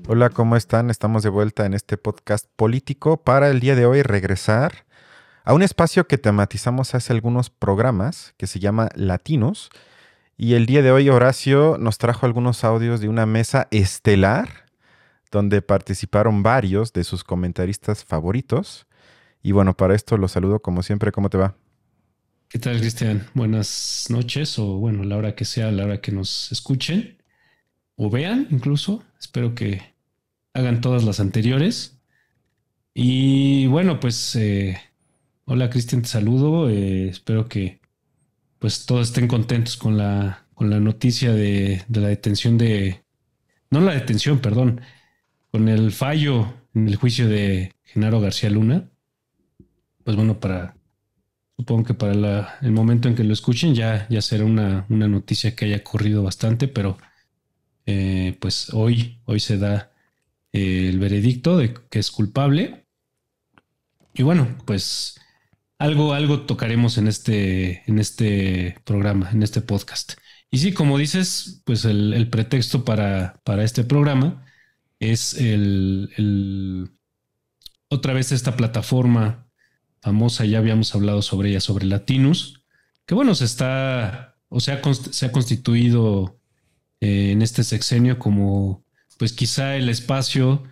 Hola, ¿cómo están? Estamos de vuelta en este podcast político para el día de hoy regresar a un espacio que tematizamos hace algunos programas que se llama Latinos. Y el día de hoy Horacio nos trajo algunos audios de una mesa estelar donde participaron varios de sus comentaristas favoritos. Y bueno, para esto los saludo como siempre. ¿Cómo te va? ¿Qué tal, Cristian? Buenas noches o bueno, la hora que sea, la hora que nos escuchen o vean incluso. Espero que hagan todas las anteriores. Y bueno, pues hola Cristian, te saludo. Espero que pues todos estén contentos con la noticia de la detención no la detención, perdón, con el fallo en el juicio de Genaro García Luna. Pues bueno, supongo que para el momento en que lo escuchen ya será una noticia que haya corrido bastante, pero pues hoy se da el veredicto de que es culpable. Y bueno, pues algo tocaremos en este programa, en este podcast. Y sí, como dices, pues el pretexto para este programa es otra vez esta plataforma famosa, ya habíamos hablado sobre ella, sobre Latinus, que bueno, se ha constituido en este sexenio como pues quizá el espacio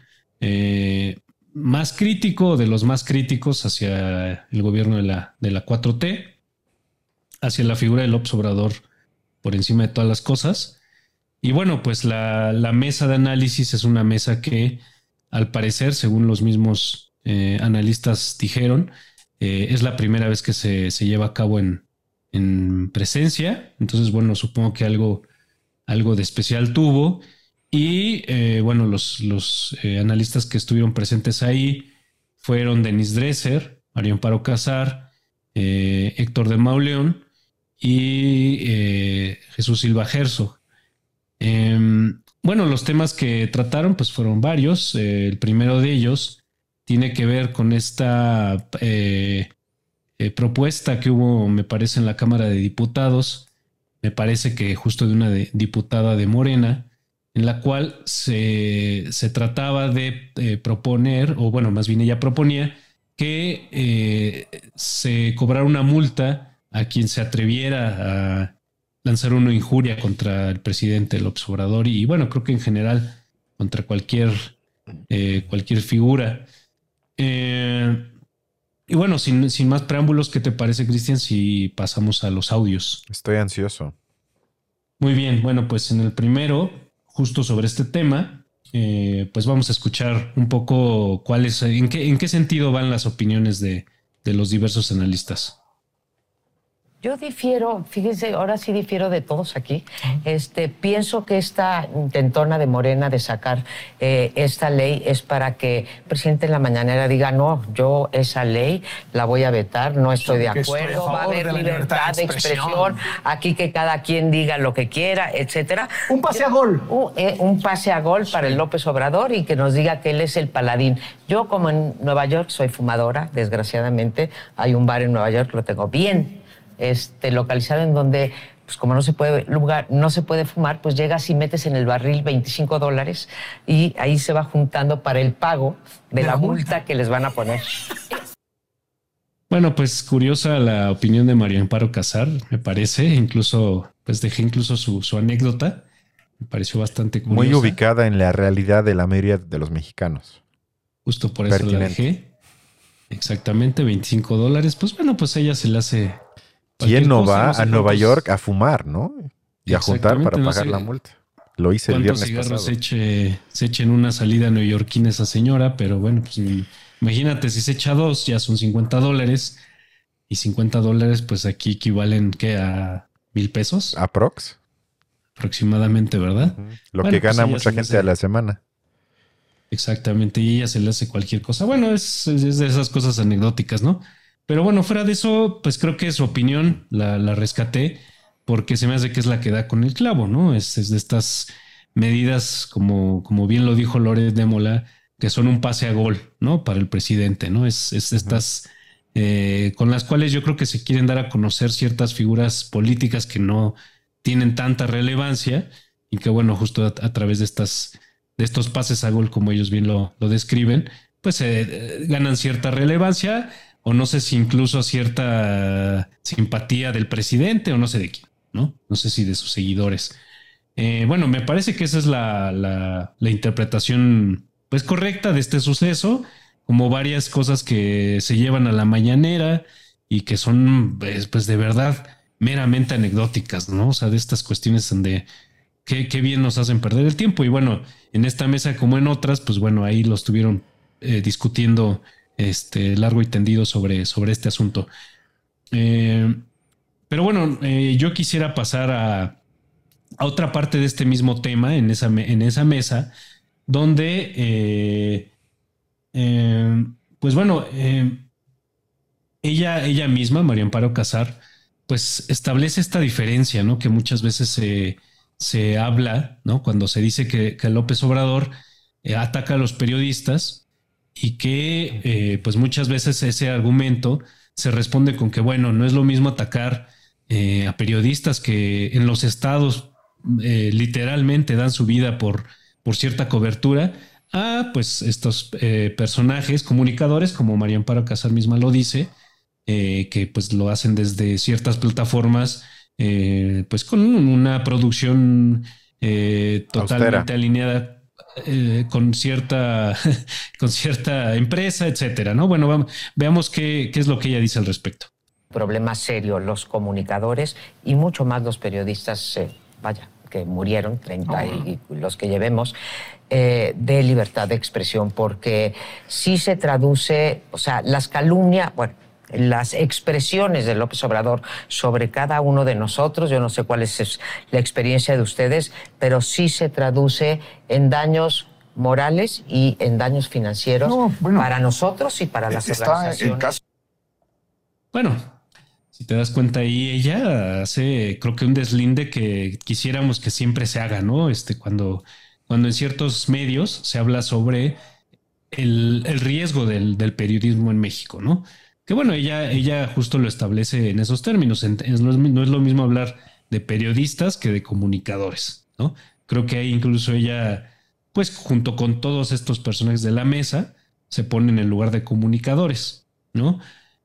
más crítico, de los más críticos hacia el gobierno de la 4T, hacia la figura del López Obrador por encima de todas las cosas. Y bueno, pues la mesa de análisis es una mesa que al parecer, según los mismos analistas dijeron, es la primera vez que se lleva a cabo en presencia. Entonces, bueno, supongo que algo de especial tuvo. Y bueno, los analistas que estuvieron presentes ahí fueron Denis Dresser, María Amparo Casar, Héctor de Mauleón y Jesús Silva Herzog. Bueno, los temas que trataron pues fueron varios. El primero de ellos tiene que ver con esta propuesta que hubo, me parece, en la Cámara de Diputados, me parece que justo de una diputada de Morena, en la cual se trataba de proponer, o bueno, más bien ella proponía que se cobrara una multa a quien se atreviera a lanzar una injuria contra el presidente López Obrador y bueno, creo que en general contra cualquier figura. Eh, y bueno, sin más preámbulos, ¿qué te parece, Cristian, si pasamos a los audios? Estoy ansioso. Muy bien, bueno, pues en el primero, justo sobre este tema, pues vamos a escuchar un poco en qué sentido van las opiniones de los diversos analistas. Yo difiero, fíjense, ahora sí difiero de todos aquí. Pienso que esta intentona de Morena de sacar esta ley es para que el presidente en la mañanera diga, no, yo esa ley la voy a vetar, no estoy de acuerdo, va a haber libertad de expresión, aquí que cada quien diga lo que quiera, etcétera. Un pase a gol. Un pase a gol para el López Obrador y que nos diga que él es el paladín. Yo, como en Nueva York soy fumadora, desgraciadamente, hay un bar en Nueva York, lo tengo bien localizado en donde, pues como no se puede fumar, pues llegas y metes en el barril $25 y ahí se va juntando para el pago de la multa que les van a poner. Bueno, pues curiosa la opinión de María Amparo Casar, me parece. Incluso, pues dejé incluso su anécdota. Me pareció bastante Muy curiosa. ubicada en la realidad de la mayoría de los mexicanos. Justo por eso la Pertinente. dejé. Exactamente, $25. Pues bueno, pues ella se le hace ¿Quién cualquier no cosa. va No sé a Nueva cuántos. York a fumar, no? Y a juntar para Exactamente, no pagar sé la multa. Lo hice el cuántos viernes cigarros pasado. se eche en una salida neoyorquina esa señora, pero bueno, pues imagínate, si se echa dos, ya son $50. Y $50, pues aquí equivalen ¿qué? A $1,000 ¿Aprox? aproximadamente, ¿verdad? Ujú. Lo que Bueno, pues gana ella mucha se le gente a hace la semana. exactamente, y ella se le hace cualquier cosa. Bueno, es de esas cosas anecdóticas, ¿no? Pero bueno, fuera de eso, pues creo que su opinión la rescaté porque se me hace que es la que da con el clavo, ¿no? Es de estas medidas, como bien lo dijo Loret de Mola, que son un pase a gol, ¿no? Para el presidente, ¿no? Es Ujú. estas con las cuales yo creo que se quieren dar a conocer ciertas figuras políticas que no tienen tanta relevancia y que, bueno, justo a través de estas estos pases a gol, como ellos bien lo describen, pues ganan cierta relevancia o no sé si incluso cierta simpatía del presidente o no sé de quién, ¿no? No sé si de sus seguidores. Bueno, me parece que esa es la interpretación pues correcta de este suceso, como varias cosas que se llevan a la mañanera y que son pues de verdad meramente anecdóticas, ¿no? O sea, de estas cuestiones donde qué bien nos hacen perder el tiempo. Y bueno, en esta mesa como en otras, pues bueno, ahí lo estuvieron discutiendo largo y tendido sobre este asunto. Eh, pero bueno, yo quisiera pasar a otra parte de este mismo tema en esa mesa, donde, eh, pues bueno, ella misma, María Amparo Casar, pues establece esta diferencia, ¿no? Que muchas veces se habla, ¿no? Cuando se dice que López Obrador ataca a los periodistas y que, pues muchas veces ese argumento se responde con que, bueno, no es lo mismo atacar a periodistas que en los estados literalmente dan su vida por cierta cobertura a, pues, estos personajes comunicadores, como María Amparo Casar misma lo dice, que pues lo hacen desde ciertas plataformas, pues con una producción Austera. totalmente alineada con cierta empresa, etcétera, ¿no? Bueno, veamos qué es lo que ella dice al respecto. Problema serio los comunicadores y mucho más los periodistas, vaya, que murieron, 30 y los que llevemos, de libertad de expresión, porque sí se traduce, o sea, las calumnias, bueno, las expresiones de López Obrador sobre cada uno de nosotros, yo no sé cuál es la experiencia de ustedes, pero sí se traduce en daños morales y en daños financieros para nosotros y para las organizaciones. Bueno, si te das cuenta ahí, ella hace, creo que un deslinde que quisiéramos que siempre se haga, ¿no? Cuando en ciertos medios se habla sobre el riesgo del periodismo en México, ¿no? Que bueno, ella justo lo establece en esos términos. No es lo mismo hablar de periodistas que de comunicadores, ¿no? Creo que ahí incluso ella, pues junto con todos estos personajes de la mesa, se pone en el lugar de comunicadores, ¿no?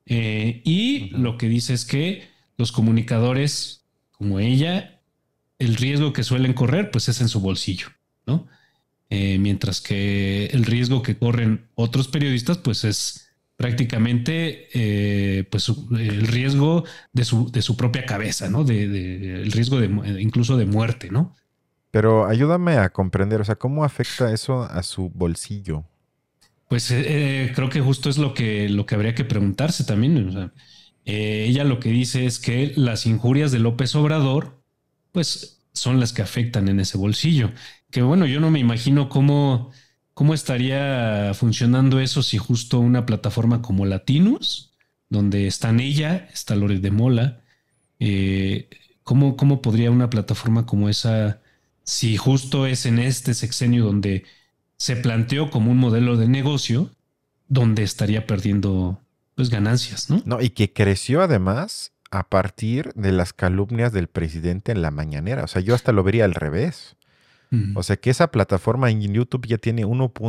Y lo que dice es que los comunicadores, como ella, el riesgo que suelen correr, pues es en su bolsillo, ¿no? Mientras que el riesgo que corren otros periodistas, pues es prácticamente pues el riesgo de su propia cabeza, ¿no? El riesgo incluso de muerte, ¿no? Pero ayúdame a comprender, o sea, ¿cómo afecta eso a su bolsillo? Pues creo que justo es lo que habría que preguntarse también. O sea, ella lo que dice es que las injurias de López Obrador, pues son las que afectan en ese bolsillo. Que bueno, yo no me imagino cómo estaría funcionando eso si justo una plataforma como Latinus, donde están ella, está Loret de Mola, eh, ¿cómo podría una plataforma como esa, si justo es en este sexenio donde se planteó como un modelo de negocio, donde estaría perdiendo pues ganancias, ¿no? No, y que creció además a partir de las calumnias del presidente en la mañanera. O sea, yo hasta lo vería al revés. O sea, que esa plataforma en YouTube ya tiene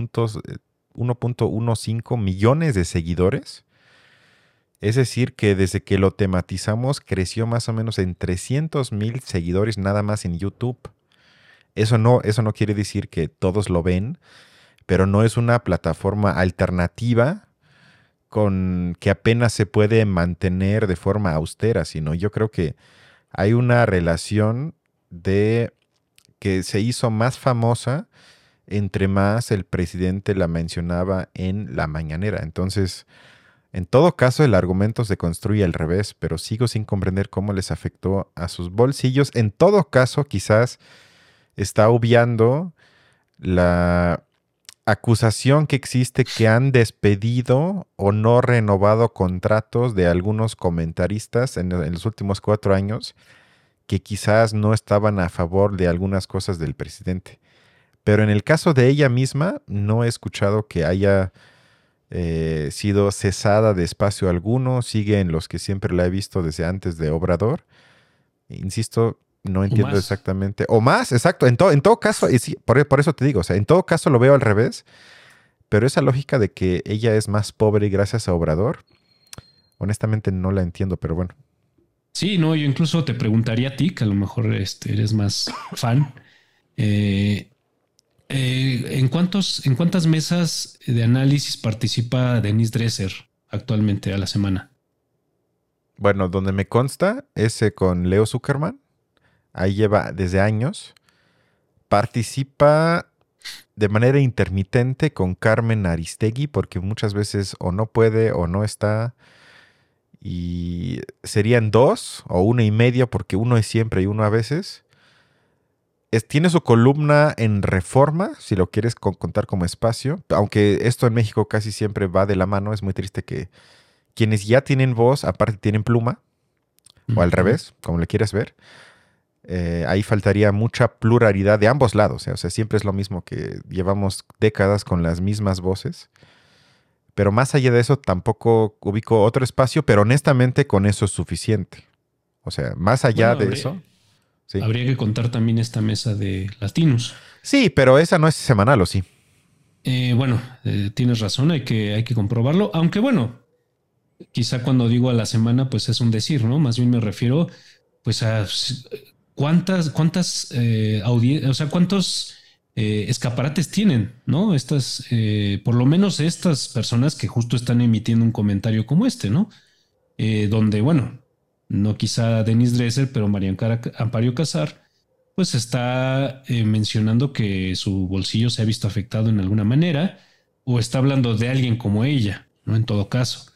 1.15 millones de seguidores. Es decir, que desde que lo tematizamos creció más o menos en 300,000 seguidores nada más en YouTube. Eso no quiere decir que todos lo ven, pero no es una plataforma alternativa con que apenas se puede mantener de forma austera, sino yo creo que hay una relación de que se hizo más famosa entre más el presidente la mencionaba en la mañanera. Entonces, en todo caso, el argumento se construye al revés, pero sigo sin comprender cómo les afectó a sus bolsillos. En todo caso, quizás está obviando la acusación que existe que han despedido o no renovado contratos de algunos comentaristas en los últimos 4 años que quizás no estaban a favor de algunas cosas del presidente. Pero en el caso de ella misma, no he escuchado que haya sido cesada de espacio alguno, sigue en los que siempre la he visto desde antes de Obrador. Insisto, No O entiendo más. exactamente. O más, exacto. En todo caso, y sí, por eso te digo, o sea, en todo caso lo veo al revés, pero esa lógica de que ella es más pobre gracias a Obrador, honestamente no la entiendo, pero bueno. Sí, no, yo incluso te preguntaría a ti, que a lo mejor eres más fan. eh, ¿En cuántas mesas de análisis participa Denise Dresser actualmente a la semana? Bueno, donde me consta, ese con Leo Zuckerman, ahí lleva desde años. Participa de manera intermitente con Carmen Aristegui, porque muchas veces o no puede o no está. Y serían dos o uno y medio, porque uno es siempre y uno a veces. Tiene su columna en Reforma, si lo quieres contar como espacio, aunque esto en México casi siempre va de la mano. Es muy triste que quienes ya tienen voz, aparte tienen pluma, o al Ujú. revés, como le quieras ver. Ahí faltaría mucha pluralidad de ambos lados. O sea, siempre es lo mismo, que llevamos décadas con las mismas voces. Pero más allá de eso, tampoco ubico otro espacio, pero honestamente con eso es suficiente. O sea, más allá Bueno, de eso, sí. habría que contar también esta mesa de latinos. Sí, pero esa no es semanal, ¿o sí? Bueno, tienes razón, hay que comprobarlo, aunque bueno, quizá cuando digo a la semana, pues es un decir, ¿no? Más bien me refiero, pues a o sea, cuántos escaparates tienen, ¿no? Estas, por lo menos estas personas que justo están emitiendo un comentario como este, ¿no? Donde, bueno, no quizá Denise Dresser, pero Amparo Casar, pues está mencionando que su bolsillo se ha visto afectado en alguna manera, o está hablando de alguien como ella, ¿no? En todo caso.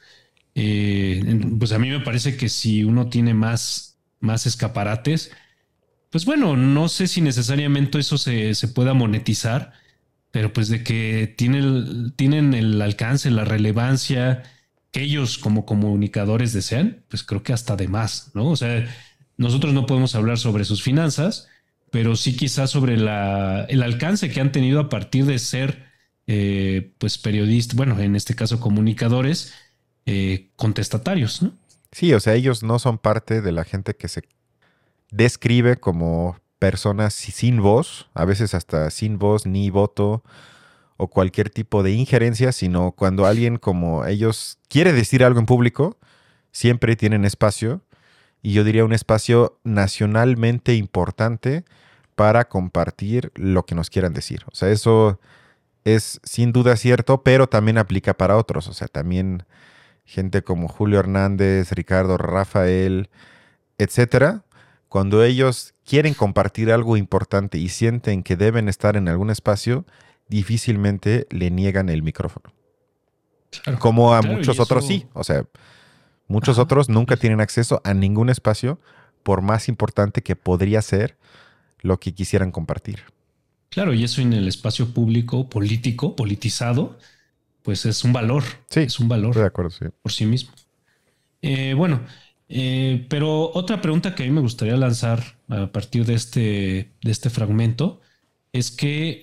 Pues a mí me parece que si uno tiene más escaparates, pues bueno, no sé si necesariamente eso se pueda monetizar, pero pues de que tienen el alcance, la relevancia que ellos como comunicadores desean, pues creo que hasta de más, ¿no? O sea, nosotros no podemos hablar sobre sus finanzas, pero sí quizás sobre el alcance que han tenido a partir de ser, pues periodistas, bueno, en este caso comunicadores, contestatarios, ¿no? Sí, o sea, ellos no son parte de la gente que se describe como personas sin voz, a veces hasta sin voz ni voto o cualquier tipo de injerencia, sino cuando alguien como ellos quiere decir algo en público, siempre tienen espacio, y yo diría un espacio nacionalmente importante para compartir lo que nos quieran decir. O sea, eso es sin duda cierto, pero también aplica para otros. O sea, también gente como Julio Hernández, Ricardo Rafael, etcétera, cuando ellos quieren compartir algo importante y sienten que deben estar en algún espacio, difícilmente le niegan el micrófono. Claro, Como a claro, y muchos otros sí. eso, O sea, muchos ajá, otros nunca tienen acceso a ningún espacio, por más importante que podría ser lo que quisieran compartir. claro, y eso en el espacio público, político, politizado, pues Sí, es un valor estoy de acuerdo, sí. por sí mismo. Bueno, pero otra pregunta que a mí me gustaría lanzar a partir de este fragmento es que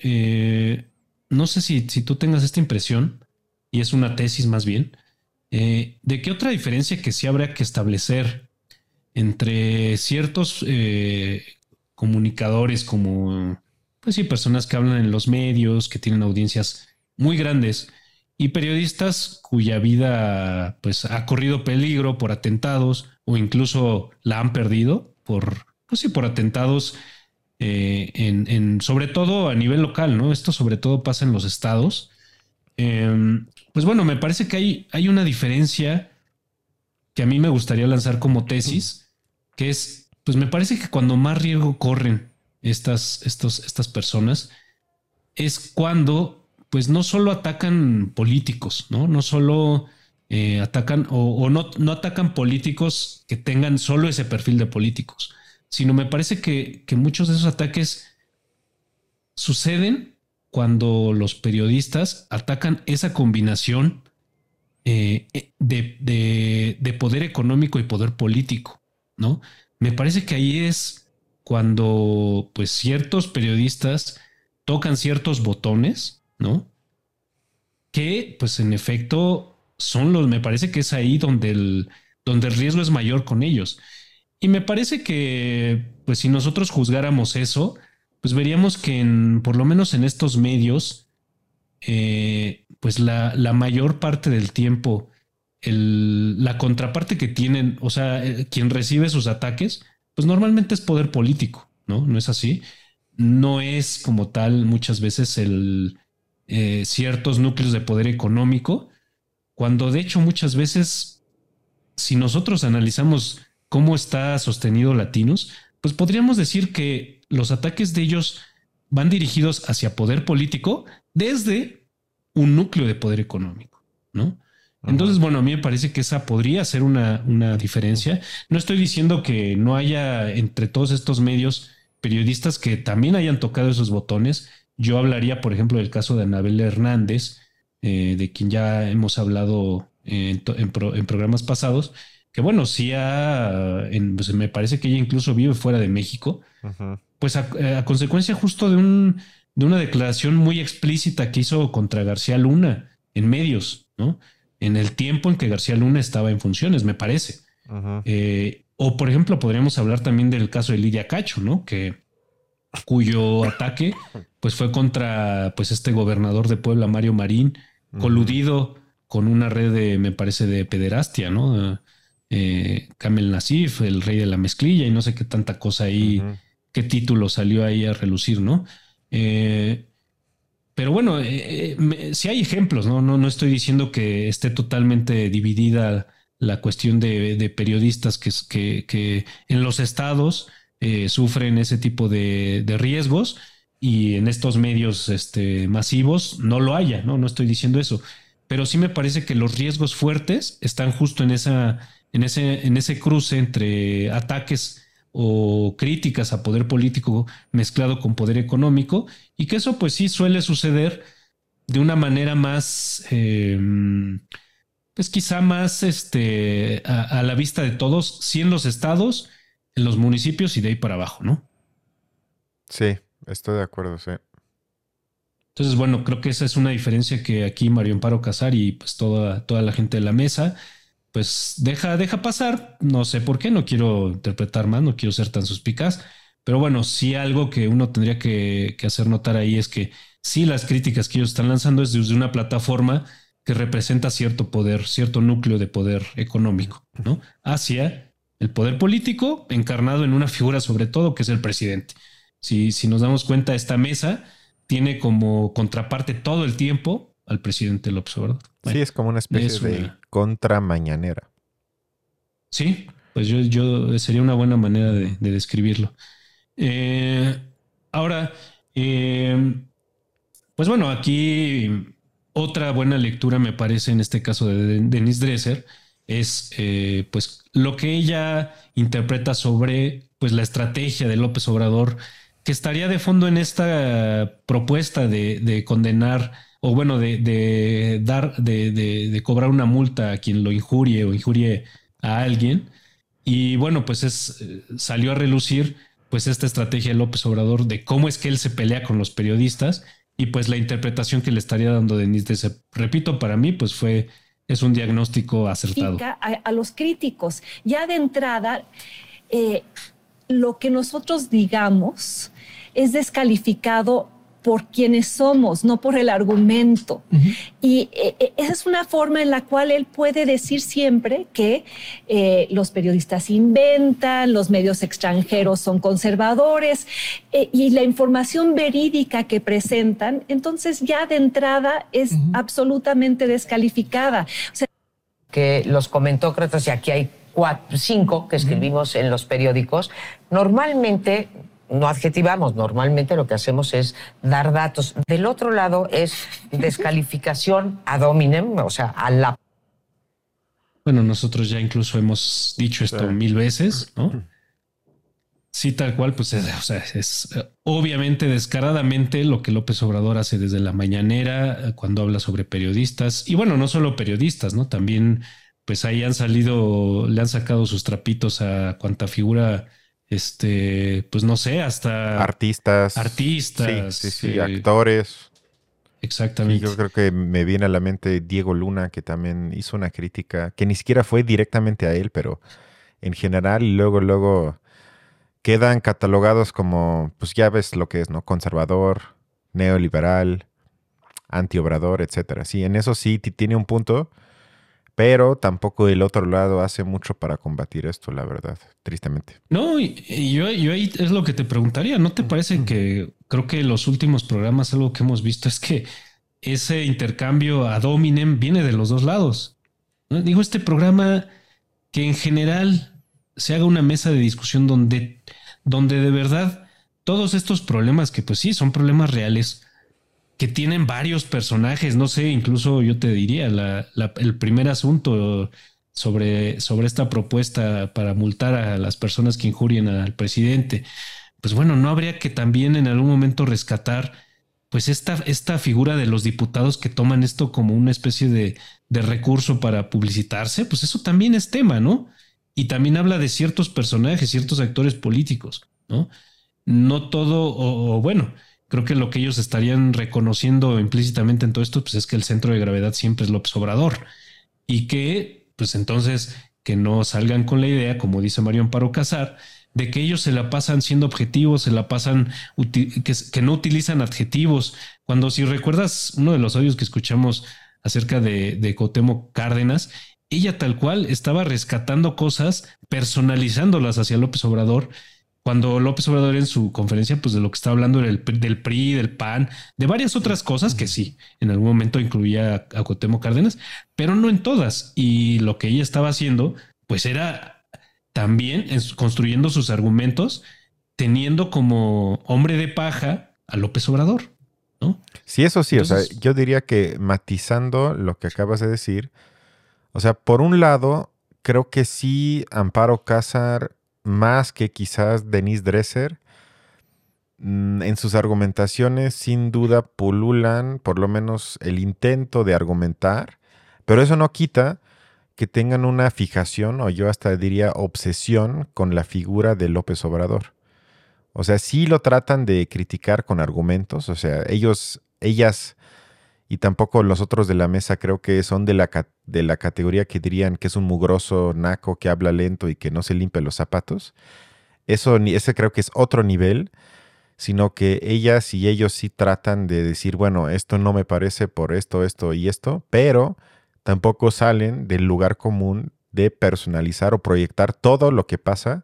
no sé si tú tengas esta impresión, y es una tesis más bien, de qué otra diferencia que sí habría que establecer entre ciertos comunicadores como, pues sí, personas que hablan en los medios, que tienen audiencias muy grandes, y periodistas cuya vida pues ha corrido peligro por atentados o incluso la han perdido por, pues sí, por atentados sobre todo a nivel local, ¿no? Esto sobre todo pasa en los estados. Pues bueno, me parece que hay una diferencia que a mí me gustaría lanzar como tesis, que es, pues me parece que cuando más riesgo corren estas personas es cuando, pues no solo atacan políticos, ¿no? No solo atacan o no atacan políticos que tengan solo ese perfil de políticos, sino me parece que muchos de esos ataques suceden cuando los periodistas atacan esa combinación de poder económico y poder político, ¿no? Me parece que ahí es cuando pues ciertos periodistas tocan ciertos botones, ¿no? Que pues en efecto me parece que es ahí donde donde el riesgo es mayor con ellos. Y me parece que, pues si nosotros juzgáramos eso, pues veríamos que por lo menos en estos medios, pues la mayor parte del tiempo, la contraparte que tienen, o sea, quien recibe sus ataques, pues normalmente es poder político, ¿no? ¿No es así? No es como tal muchas veces ciertos núcleos de poder económico, cuando de hecho muchas veces, si nosotros analizamos cómo está sostenido Latinos, pues podríamos decir que los ataques de ellos van dirigidos hacia poder político desde un núcleo de poder económico, ¿no? Entonces, bueno, a mí me parece que esa podría ser una diferencia. No estoy diciendo que no haya entre todos estos medios periodistas que también hayan tocado esos botones. Yo hablaría, por ejemplo, del caso de Anabel Hernández, de quien ya hemos hablado en programas pasados, que bueno, sí pues me parece que ella incluso vive fuera de México, pues a consecuencia justo de una declaración muy explícita que hizo contra García Luna en medios, ¿no? En el tiempo en que García Luna estaba en funciones, me parece. O por ejemplo, podríamos hablar también del caso de Lidia Cacho, ¿no? Cuyo ataque pues fue contra pues este gobernador de Puebla, Mario Marín, coludido con una red me parece, de pederastia, ¿no? Kamel Nasif, el rey de la mezclilla y no sé qué tanta cosa ahí, qué título salió ahí a relucir, ¿no? Pero bueno, sí hay ejemplos, ¿no? No estoy diciendo que esté totalmente dividida la cuestión de periodistas que en los estados sufren ese tipo de riesgos y en estos medios masivos no lo haya, ¿no? No estoy diciendo eso. Pero sí me parece que los riesgos fuertes están justo en ese cruce entre ataques o críticas a poder político mezclado con poder económico, y que eso pues sí suele suceder de una manera más, pues quizá más a la vista de todos, sí en los estados, en los municipios y de ahí para abajo, ¿no? Sí, estoy de acuerdo, sí. Entonces, bueno, creo que esa es una diferencia que aquí Mario Amparo Casar y pues toda la gente de la mesa pues deja pasar. No sé por qué, no quiero interpretar más, no quiero ser tan suspicaz, pero bueno, sí algo que uno tendría que hacer notar ahí es que sí las críticas que ellos están lanzando es desde una plataforma que representa cierto poder, cierto núcleo de poder económico, ¿no? Hacia el poder político encarnado en una figura sobre todo que es el presidente. Si nos damos cuenta, esta mesa tiene como contraparte todo el tiempo al presidente López Obrador. Bueno, sí, es como una especie de contramañanera. Sí, pues yo sería una buena manera de describirlo. Ahora, pues bueno, aquí otra buena lectura me parece en este caso de Denise Dresser es pues lo que ella interpreta sobre pues la estrategia de López Obrador, que estaría de fondo en esta propuesta de condenar o bueno, de cobrar una multa a quien lo injurie o injurie a alguien. Y bueno, pues salió a relucir pues esta estrategia de López Obrador de cómo es que él se pelea con los periodistas y pues la interpretación que le estaría dando Denise Dresser. Repito, para mí pues es un diagnóstico acertado. A los críticos, ya de entrada, lo que nosotros digamos es descalificado por quienes somos, no por el argumento. Y esa es una forma en la cual él puede decir siempre que los periodistas inventan, los medios extranjeros son conservadores y la información verídica que presentan, entonces ya de entrada es absolutamente descalificada. O sea, que los comentócratas, y aquí hay 5 que escribimos en los periódicos, normalmente no adjetivamos, normalmente lo que hacemos es dar datos. Del otro lado es descalificación ad hominem, o sea, a la... Bueno, nosotros ya incluso hemos dicho esto 1000 veces, ¿no? Sí, tal cual, pues es obviamente descaradamente lo que López Obrador hace desde la mañanera cuando habla sobre periodistas. Y bueno, no solo periodistas, ¿no? También, pues ahí le han sacado sus trapitos a cuanta figura... pues no sé, hasta artistas, sí, actores. Exactamente. Sí, yo creo que me viene a la mente Diego Luna, que también hizo una crítica que ni siquiera fue directamente a él, pero en general y luego quedan catalogados como, pues ya ves lo que es, ¿no? Conservador, neoliberal, antiobrador, etcétera. Sí, en eso sí tiene un punto, pero tampoco el otro lado hace mucho para combatir esto, la verdad, tristemente. No, y yo ahí es lo que te preguntaría. ¿No te parece que creo que los últimos programas algo que hemos visto es que ese intercambio ad hominem viene de los dos lados? ¿No? Digo, este programa que en general se haga una mesa de discusión donde de verdad todos estos problemas que pues sí son problemas reales que tienen varios personajes, no sé, incluso yo te diría el primer asunto sobre esta propuesta para multar a las personas que injurien al presidente, pues bueno, no habría que también en algún momento rescatar pues esta figura de los diputados que toman esto como una especie de recurso para publicitarse, pues eso también es tema, ¿no? Y también habla de ciertos personajes, ciertos actores políticos, ¿no? No todo, o bueno, creo que lo que ellos estarían reconociendo implícitamente en todo esto, pues es que el centro de gravedad siempre es López Obrador y que, pues entonces, que no salgan con la idea, como dice Mario Amparo Casar, de que ellos se la pasan siendo objetivos, se la pasan, que no utilizan adjetivos. Cuando si recuerdas uno de los audios que escuchamos acerca de Cuauhtémoc Cárdenas, ella tal cual estaba rescatando cosas, personalizándolas hacia López Obrador, cuando López Obrador en su conferencia, pues de lo que estaba hablando era del PRI, del PAN, de varias otras cosas que sí, en algún momento incluía a Cuauhtémoc Cárdenas, pero no en todas. Y lo que ella estaba haciendo, pues era también construyendo sus argumentos, teniendo como hombre de paja a López Obrador, ¿no? Sí, eso sí, Entonces, o sea, yo diría que matizando lo que acabas de decir, o sea, por un lado, creo que sí Amparo Cásar, más que quizás Denise Dresser, en sus argumentaciones sin duda pululan por lo menos el intento de argumentar, pero eso no quita que tengan una fijación, o yo hasta diría obsesión, con la figura de López Obrador. O sea, sí lo tratan de criticar con argumentos, o sea, ellas y tampoco los otros de la mesa creo que son de la categoría que dirían que es un mugroso naco que habla lento y que no se limpia los zapatos. Ese creo que es otro nivel, sino que ellas y ellos sí tratan de decir, bueno, esto no me parece por esto, esto y esto, pero tampoco salen del lugar común de personalizar o proyectar todo lo que pasa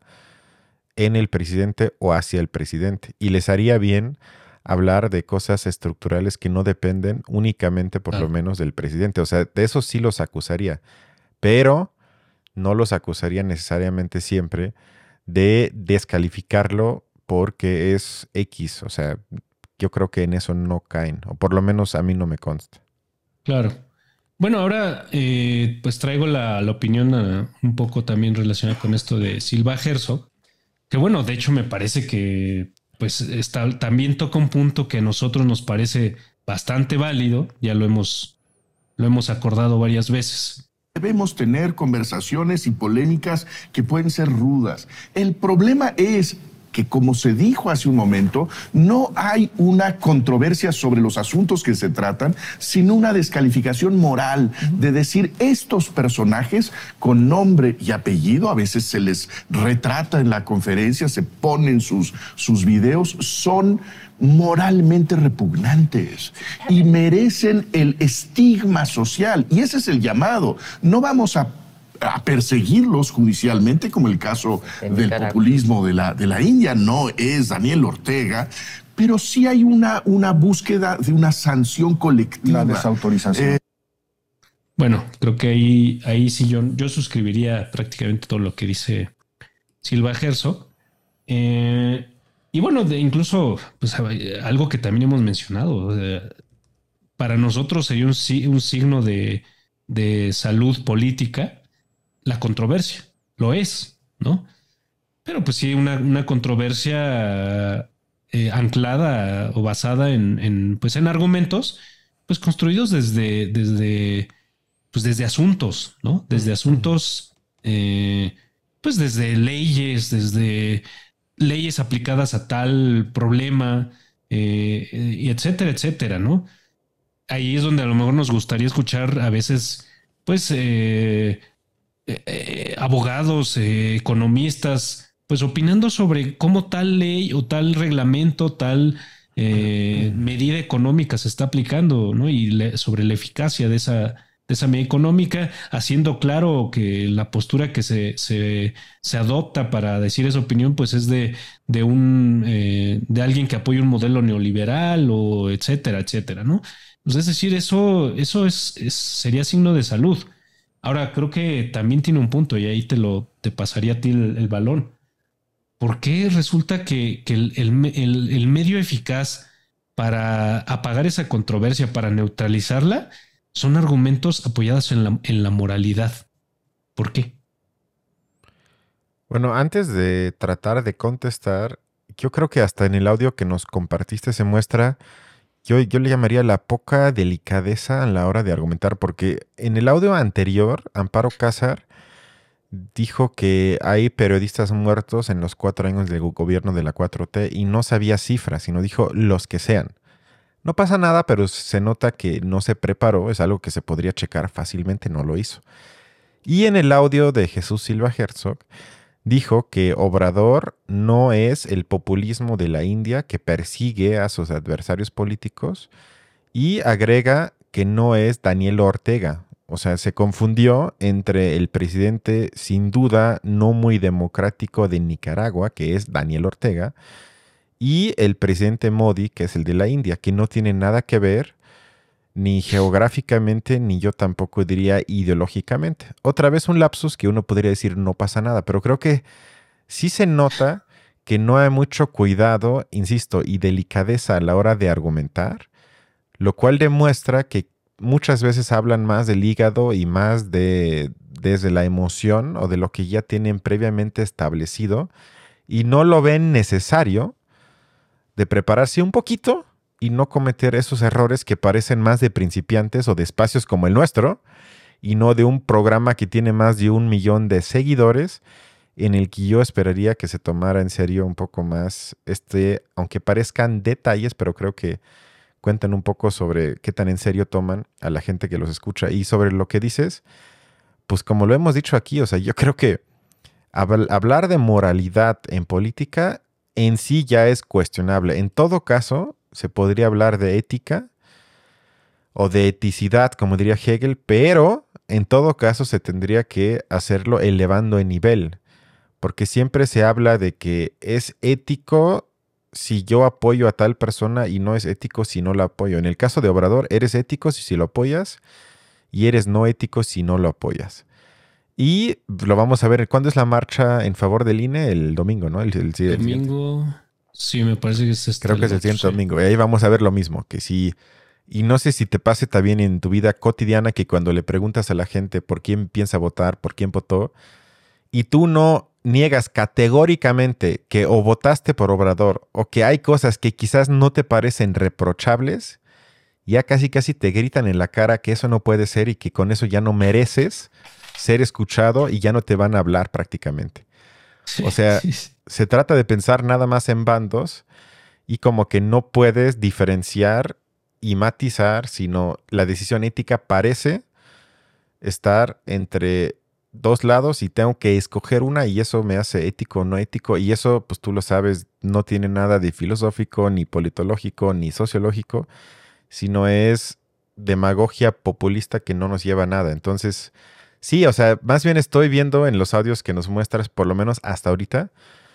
en el presidente o hacia el presidente. Y les haría bien hablar de cosas estructurales que no dependen únicamente, por lo menos, del presidente. O sea, de eso sí los acusaría, pero no los acusaría necesariamente siempre de descalificarlo porque es X. O sea, yo creo que en eso no caen, o por lo menos a mí no me consta. claro. Bueno, ahora pues traigo la opinión un poco también relacionada con esto de Silva Herzog, que bueno, de hecho me parece que pues también toca un punto que a nosotros nos parece bastante válido, ya lo hemos acordado varias veces. Debemos tener conversaciones y polémicas que pueden ser rudas. El problema es que, como se dijo hace un momento, no hay una controversia sobre los asuntos que se tratan, sino una descalificación moral de decir estos personajes con nombre y apellido, a veces se les retrata en la conferencia, se ponen sus videos, son moralmente repugnantes y merecen el estigma social. Y ese es el llamado. No vamos a perseguirlos judicialmente, como el caso del populismo de la India, no es Daniel Ortega, pero sí hay una búsqueda de una sanción colectiva. La desautorización. Bueno, creo que ahí sí yo suscribiría prácticamente todo lo que dice Silva Herzog. Y bueno, incluso pues, algo que también hemos mencionado, para nosotros sería un signo de salud política la controversia, lo es, ¿no? Pero pues sí, una controversia anclada o basada en argumentos, pues construidos desde asuntos, ¿no? Desde asuntos, pues desde leyes aplicadas a tal problema, y etcétera, etcétera, ¿no? Ahí es donde a lo mejor nos gustaría escuchar a veces, pues, abogados, economistas, pues opinando sobre cómo tal ley o tal reglamento, tal medida económica se está aplicando, ¿no? Y sobre la eficacia de esa medida económica, haciendo claro que la postura que se adopta para decir esa opinión, pues es de alguien que apoya un modelo neoliberal o etcétera, etcétera, ¿no? Pues es decir, eso sería signo de salud. Ahora, creo que también tiene un punto y ahí te pasaría a ti el balón. ¿Por qué resulta que el medio eficaz para apagar esa controversia, para neutralizarla, son argumentos apoyados en la moralidad? ¿Por qué? Bueno, antes de tratar de contestar, yo creo que hasta en el audio que nos compartiste se muestra, yo le llamaría la poca delicadeza a la hora de argumentar, porque en el audio anterior, Amparo Cázar dijo que hay periodistas muertos en los 4 años del gobierno de la 4T y no sabía cifras, sino dijo los que sean. No pasa nada, pero se nota que no se preparó, es algo que se podría checar fácilmente, no lo hizo. Y en el audio de Jesús Silva Herzog, dijo que Obrador no es el populismo de la India que persigue a sus adversarios políticos y agrega que no es Daniel Ortega. O sea, se confundió entre el presidente sin duda no muy democrático de Nicaragua, que es Daniel Ortega, y el presidente Modi, que es el de la India, que no tiene nada que ver ni geográficamente, ni yo tampoco diría ideológicamente. Otra vez un lapsus que uno podría decir no pasa nada, pero creo que sí se nota que no hay mucho cuidado, insisto, y delicadeza a la hora de argumentar, lo cual demuestra que muchas veces hablan más del hígado y más desde la emoción o de lo que ya tienen previamente establecido y no lo ven necesario de prepararse un poquito y no cometer esos errores que parecen más de principiantes o de espacios como el nuestro y no de un programa que tiene más de 1 millón de seguidores en el que yo esperaría que se tomara en serio un poco más, aunque parezcan detalles, pero creo que cuentan un poco sobre qué tan en serio toman a la gente que los escucha. Y sobre lo que dices, pues como lo hemos dicho aquí, o sea, yo creo que hablar de moralidad en política en sí ya es cuestionable. En todo caso, se podría hablar de ética o de eticidad, como diría Hegel, pero en todo caso se tendría que hacerlo elevando en nivel, porque siempre se habla de que es ético si yo apoyo a tal persona y no es ético si no lo apoyo. En el caso de Obrador, eres ético si lo apoyas y eres no ético si no lo apoyas. Y lo vamos a ver. ¿Cuándo es la marcha en favor del INE? El domingo, ¿no? El Domingo. Sí, me parece que es creo que es el siguiente domingo. Y ahí vamos a ver lo mismo, que sí. Y no sé si te pase también en tu vida cotidiana que cuando le preguntas a la gente por quién piensa votar, por quién votó, y tú no niegas categóricamente que o votaste por Obrador o que hay cosas que quizás no te parecen reprochables, ya casi te gritan en la cara que eso no puede ser y que con eso ya no mereces ser escuchado y ya no te van a hablar prácticamente. O sea, se trata de pensar nada más en bandos y como que no puedes diferenciar y matizar, sino la decisión ética parece estar entre dos lados y tengo que escoger una y eso me hace ético o no ético y eso, pues tú lo sabes, no tiene nada de filosófico, ni politológico, ni sociológico, sino es demagogia populista que no nos lleva a nada. Entonces, sí, o sea, más bien estoy viendo en los audios que nos muestras, por lo menos hasta ahorita,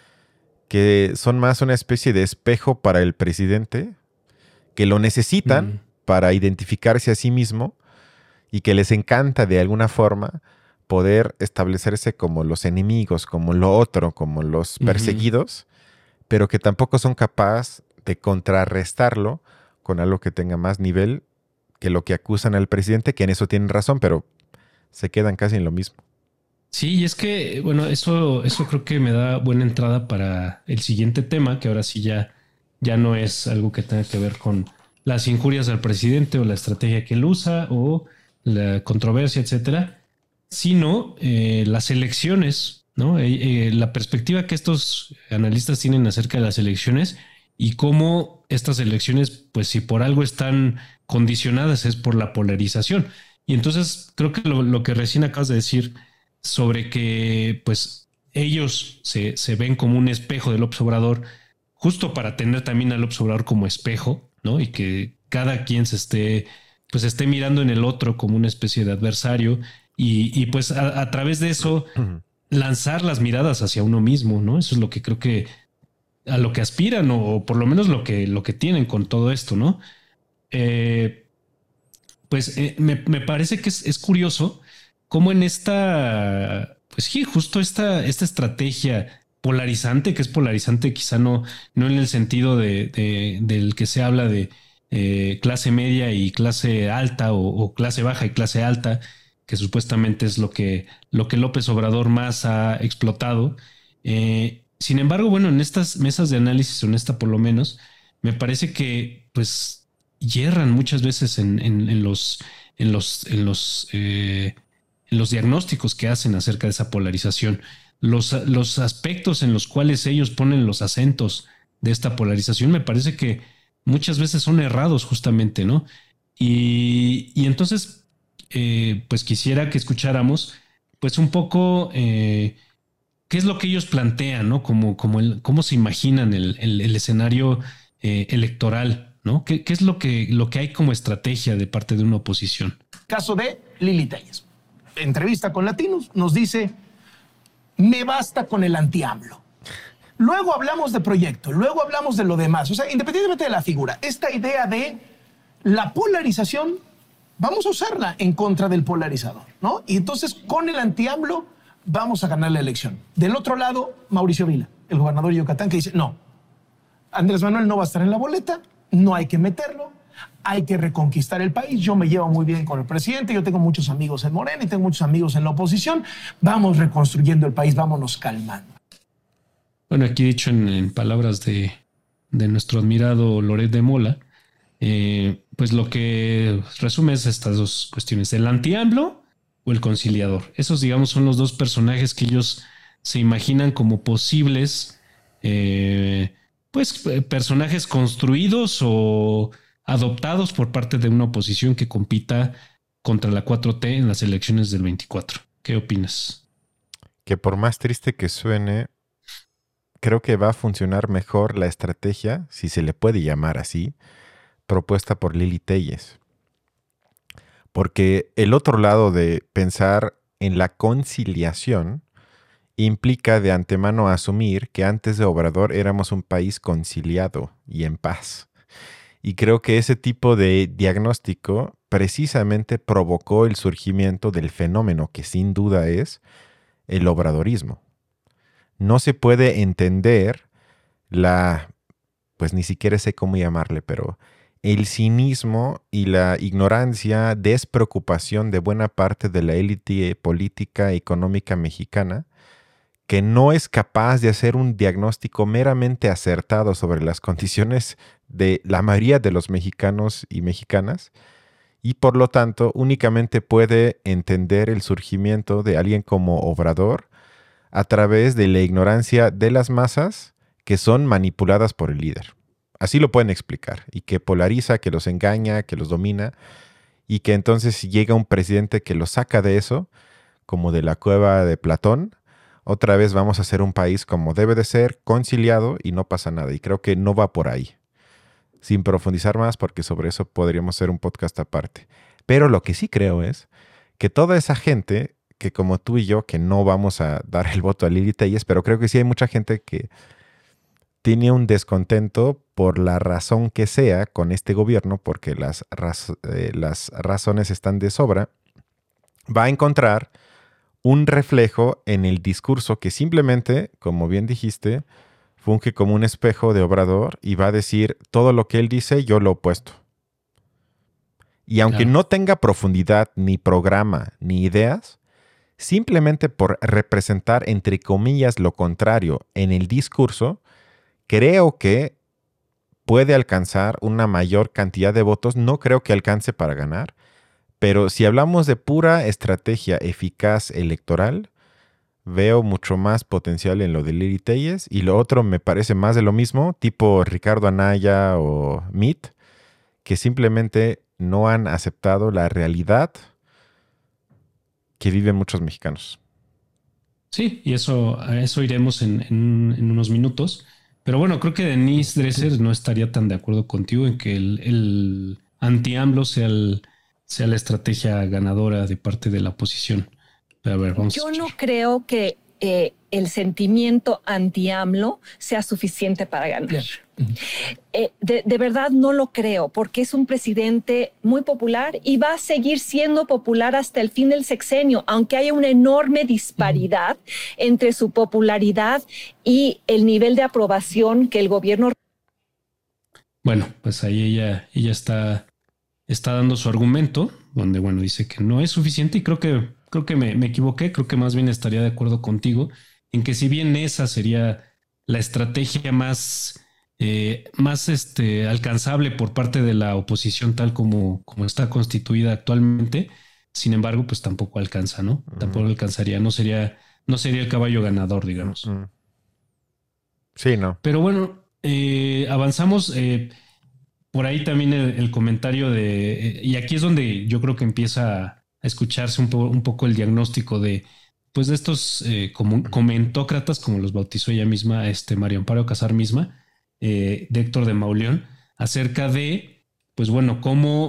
que son más una especie de espejo para el presidente, que lo necesitan para identificarse a sí mismo y que les encanta de alguna forma poder establecerse como los enemigos, como lo otro, como los perseguidos, pero que tampoco son capaces de contrarrestarlo con algo que tenga más nivel que lo que acusan al presidente, que en eso tienen razón, pero se quedan casi en lo mismo. Sí, y es que, bueno, eso creo que me da buena entrada para el siguiente tema, que ahora sí ya no es algo que tenga que ver con las injurias al presidente o la estrategia que él usa o la controversia, etcétera, sino las elecciones, ¿no? La perspectiva que estos analistas tienen acerca de las elecciones y cómo estas elecciones, pues si por algo están condicionadas es por la polarización. Y entonces creo que lo que recién acabas de decir sobre que pues ellos se ven como un espejo del López Obrador, justo para tener también al López Obrador como espejo, ¿no? Y que cada quien esté mirando en el otro como una especie de adversario y pues a través de eso lanzar las miradas hacia uno mismo, ¿no? Eso es lo que creo que a lo que aspiran o por lo menos lo que tienen con todo esto, ¿no? Me parece que es curioso cómo en pues sí, justo esta estrategia polarizante, que es polarizante quizá no en el sentido del que se habla de clase media y clase alta o clase baja y clase alta, que supuestamente es lo que López Obrador más ha explotado. Sin embargo, bueno, en estas mesas de análisis, o en esta por lo menos, me parece que pues yerran muchas veces en los diagnósticos que hacen acerca de esa polarización. Los aspectos en los cuales ellos ponen los acentos de esta polarización me parece que muchas veces son errados justamente, ¿no? Y entonces, pues quisiera que escucháramos pues un poco qué es lo que ellos plantean, ¿no? Cómo se imaginan el escenario electoral, ¿no? ¿Qué es lo que hay como estrategia de parte de una oposición? Caso de Lili Téllez. Entrevista con Latinos, nos dice, me basta con el anti-AMLO. Luego hablamos de proyecto, luego hablamos de lo demás. O sea, independientemente de la figura, esta idea de la polarización, vamos a usarla en contra del polarizador, ¿no? Y entonces, con el anti-AMLO, vamos a ganar la elección. Del otro lado, Mauricio Vila, el gobernador de Yucatán, que dice, no, Andrés Manuel no va a estar en la boleta, no hay que meterlo, hay que reconquistar el país. Yo me llevo muy bien con el presidente, yo tengo muchos amigos en Morena y tengo muchos amigos en la oposición. Vamos reconstruyendo el país, vámonos calmando. Bueno, aquí dicho en palabras de nuestro admirado Loret de Mola, pues lo que resume es estas dos cuestiones, el anti-AMLO o el conciliador. Esos, digamos, son los dos personajes que ellos se imaginan como posibles, personajes construidos o adoptados por parte de una oposición que compita contra la 4T en las elecciones del 24. ¿Qué opinas? Que por más triste que suene, creo que va a funcionar mejor la estrategia, si se le puede llamar así, propuesta por Lili Téllez. Porque el otro lado de pensar en la conciliación implica de antemano asumir que antes de Obrador éramos un país conciliado y en paz. Y creo que ese tipo de diagnóstico precisamente provocó el surgimiento del fenómeno que sin duda es el obradorismo. No se puede entender pues ni siquiera sé cómo llamarle, pero el cinismo y la ignorancia, despreocupación de buena parte de la élite política y económica mexicana, que no es capaz de hacer un diagnóstico meramente acertado sobre las condiciones de la mayoría de los mexicanos y mexicanas, y por lo tanto únicamente puede entender el surgimiento de alguien como Obrador a través de la ignorancia de las masas que son manipuladas por el líder. Así lo pueden explicar, y que polariza, que los engaña, que los domina, y que entonces si llega un presidente que los saca de eso, como de la cueva de Platón, otra vez vamos a ser un país como debe de ser, conciliado, y no pasa nada. Y creo que no va por ahí. Sin profundizar más, porque sobre eso podríamos hacer un podcast aparte. Pero lo que sí creo es que toda esa gente, que como tú y yo, que no vamos a dar el voto a Lili Téllez, pero creo que sí hay mucha gente que tiene un descontento por la razón que sea con este gobierno, porque las razones están de sobra, va a encontrar un reflejo en el discurso que simplemente, como bien dijiste, funge como un espejo de Obrador y va a decir todo lo que él dice, yo lo opuesto. Y aunque no tenga profundidad, ni programa, ni ideas, simplemente por representar, entre comillas, lo contrario en el discurso, creo que puede alcanzar una mayor cantidad de votos. No creo que alcance para ganar, pero si hablamos de pura estrategia eficaz electoral, veo mucho más potencial en lo de Lili Téllez, y lo otro me parece más de lo mismo, tipo Ricardo Anaya o Mitt, que simplemente no han aceptado la realidad que viven muchos mexicanos. Sí, y a eso iremos en unos minutos. Pero bueno, creo que Denise Dresser no estaría tan de acuerdo contigo en que el anti-AMLO sea la estrategia ganadora de parte de la oposición. Pero a ver, vamos a Yo no escuchar. creo que el sentimiento anti-AMLO sea suficiente para ganar. De verdad no lo creo, porque es un presidente muy popular y va a seguir siendo popular hasta el fin del sexenio, aunque haya una enorme disparidad entre su popularidad y el nivel de aprobación que el gobierno. Bueno, pues ahí ella está dando su argumento, donde bueno, dice que no es suficiente y creo que me equivoqué, creo que más bien estaría de acuerdo contigo en que si bien esa sería la estrategia más alcanzable por parte de la oposición tal como está constituida actualmente, sin embargo, pues tampoco alcanza, ¿no? Tampoco alcanzaría, no sería el caballo ganador, digamos. Sí, no. Pero bueno, avanzamos. Por ahí también el comentario y aquí es donde yo creo que empieza a escucharse un poco el diagnóstico pues de estos comentócratas, como los bautizó ella misma, María Amparo Casar misma, de Héctor de Mauleón, acerca de, pues bueno,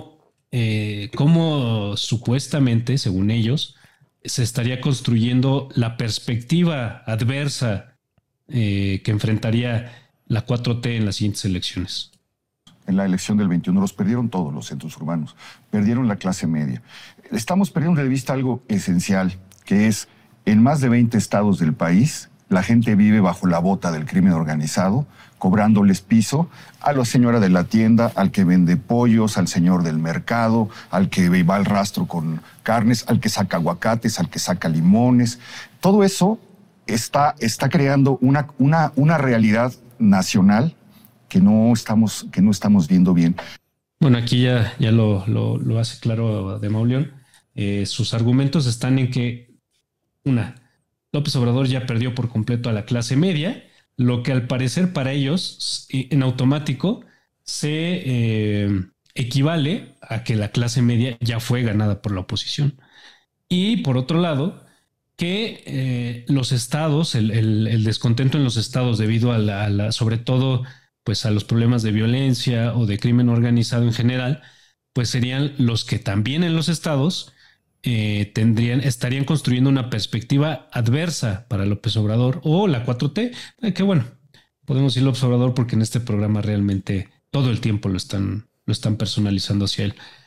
cómo supuestamente, según ellos, se estaría construyendo la perspectiva adversa que enfrentaría la 4T en las siguientes elecciones. En la elección del 21 los perdieron todos los centros urbanos, perdieron la clase media. Estamos perdiendo de vista algo esencial, que es en más de 20 estados del país, la gente vive bajo la bota del crimen organizado, cobrándoles piso a la señora de la tienda, al que vende pollos, al señor del mercado, al que va al rastro con carnes, al que saca aguacates, al que saca limones. Todo eso está creando una realidad nacional que no estamos viendo bien. Bueno, aquí ya lo hace claro de Mauleón. Sus argumentos están en que, López Obrador ya perdió por completo a la clase media, lo que al parecer para ellos, en automático, se equivale a que la clase media ya fue ganada por la oposición. Y por otro lado, que los estados, el descontento en los estados debido sobre todo pues a los problemas de violencia o de crimen organizado en general, pues serían los que también en los estados estarían construyendo una perspectiva adversa para López Obrador o la 4T, que bueno, podemos decir López Obrador porque en este programa realmente todo el tiempo lo están personalizando hacia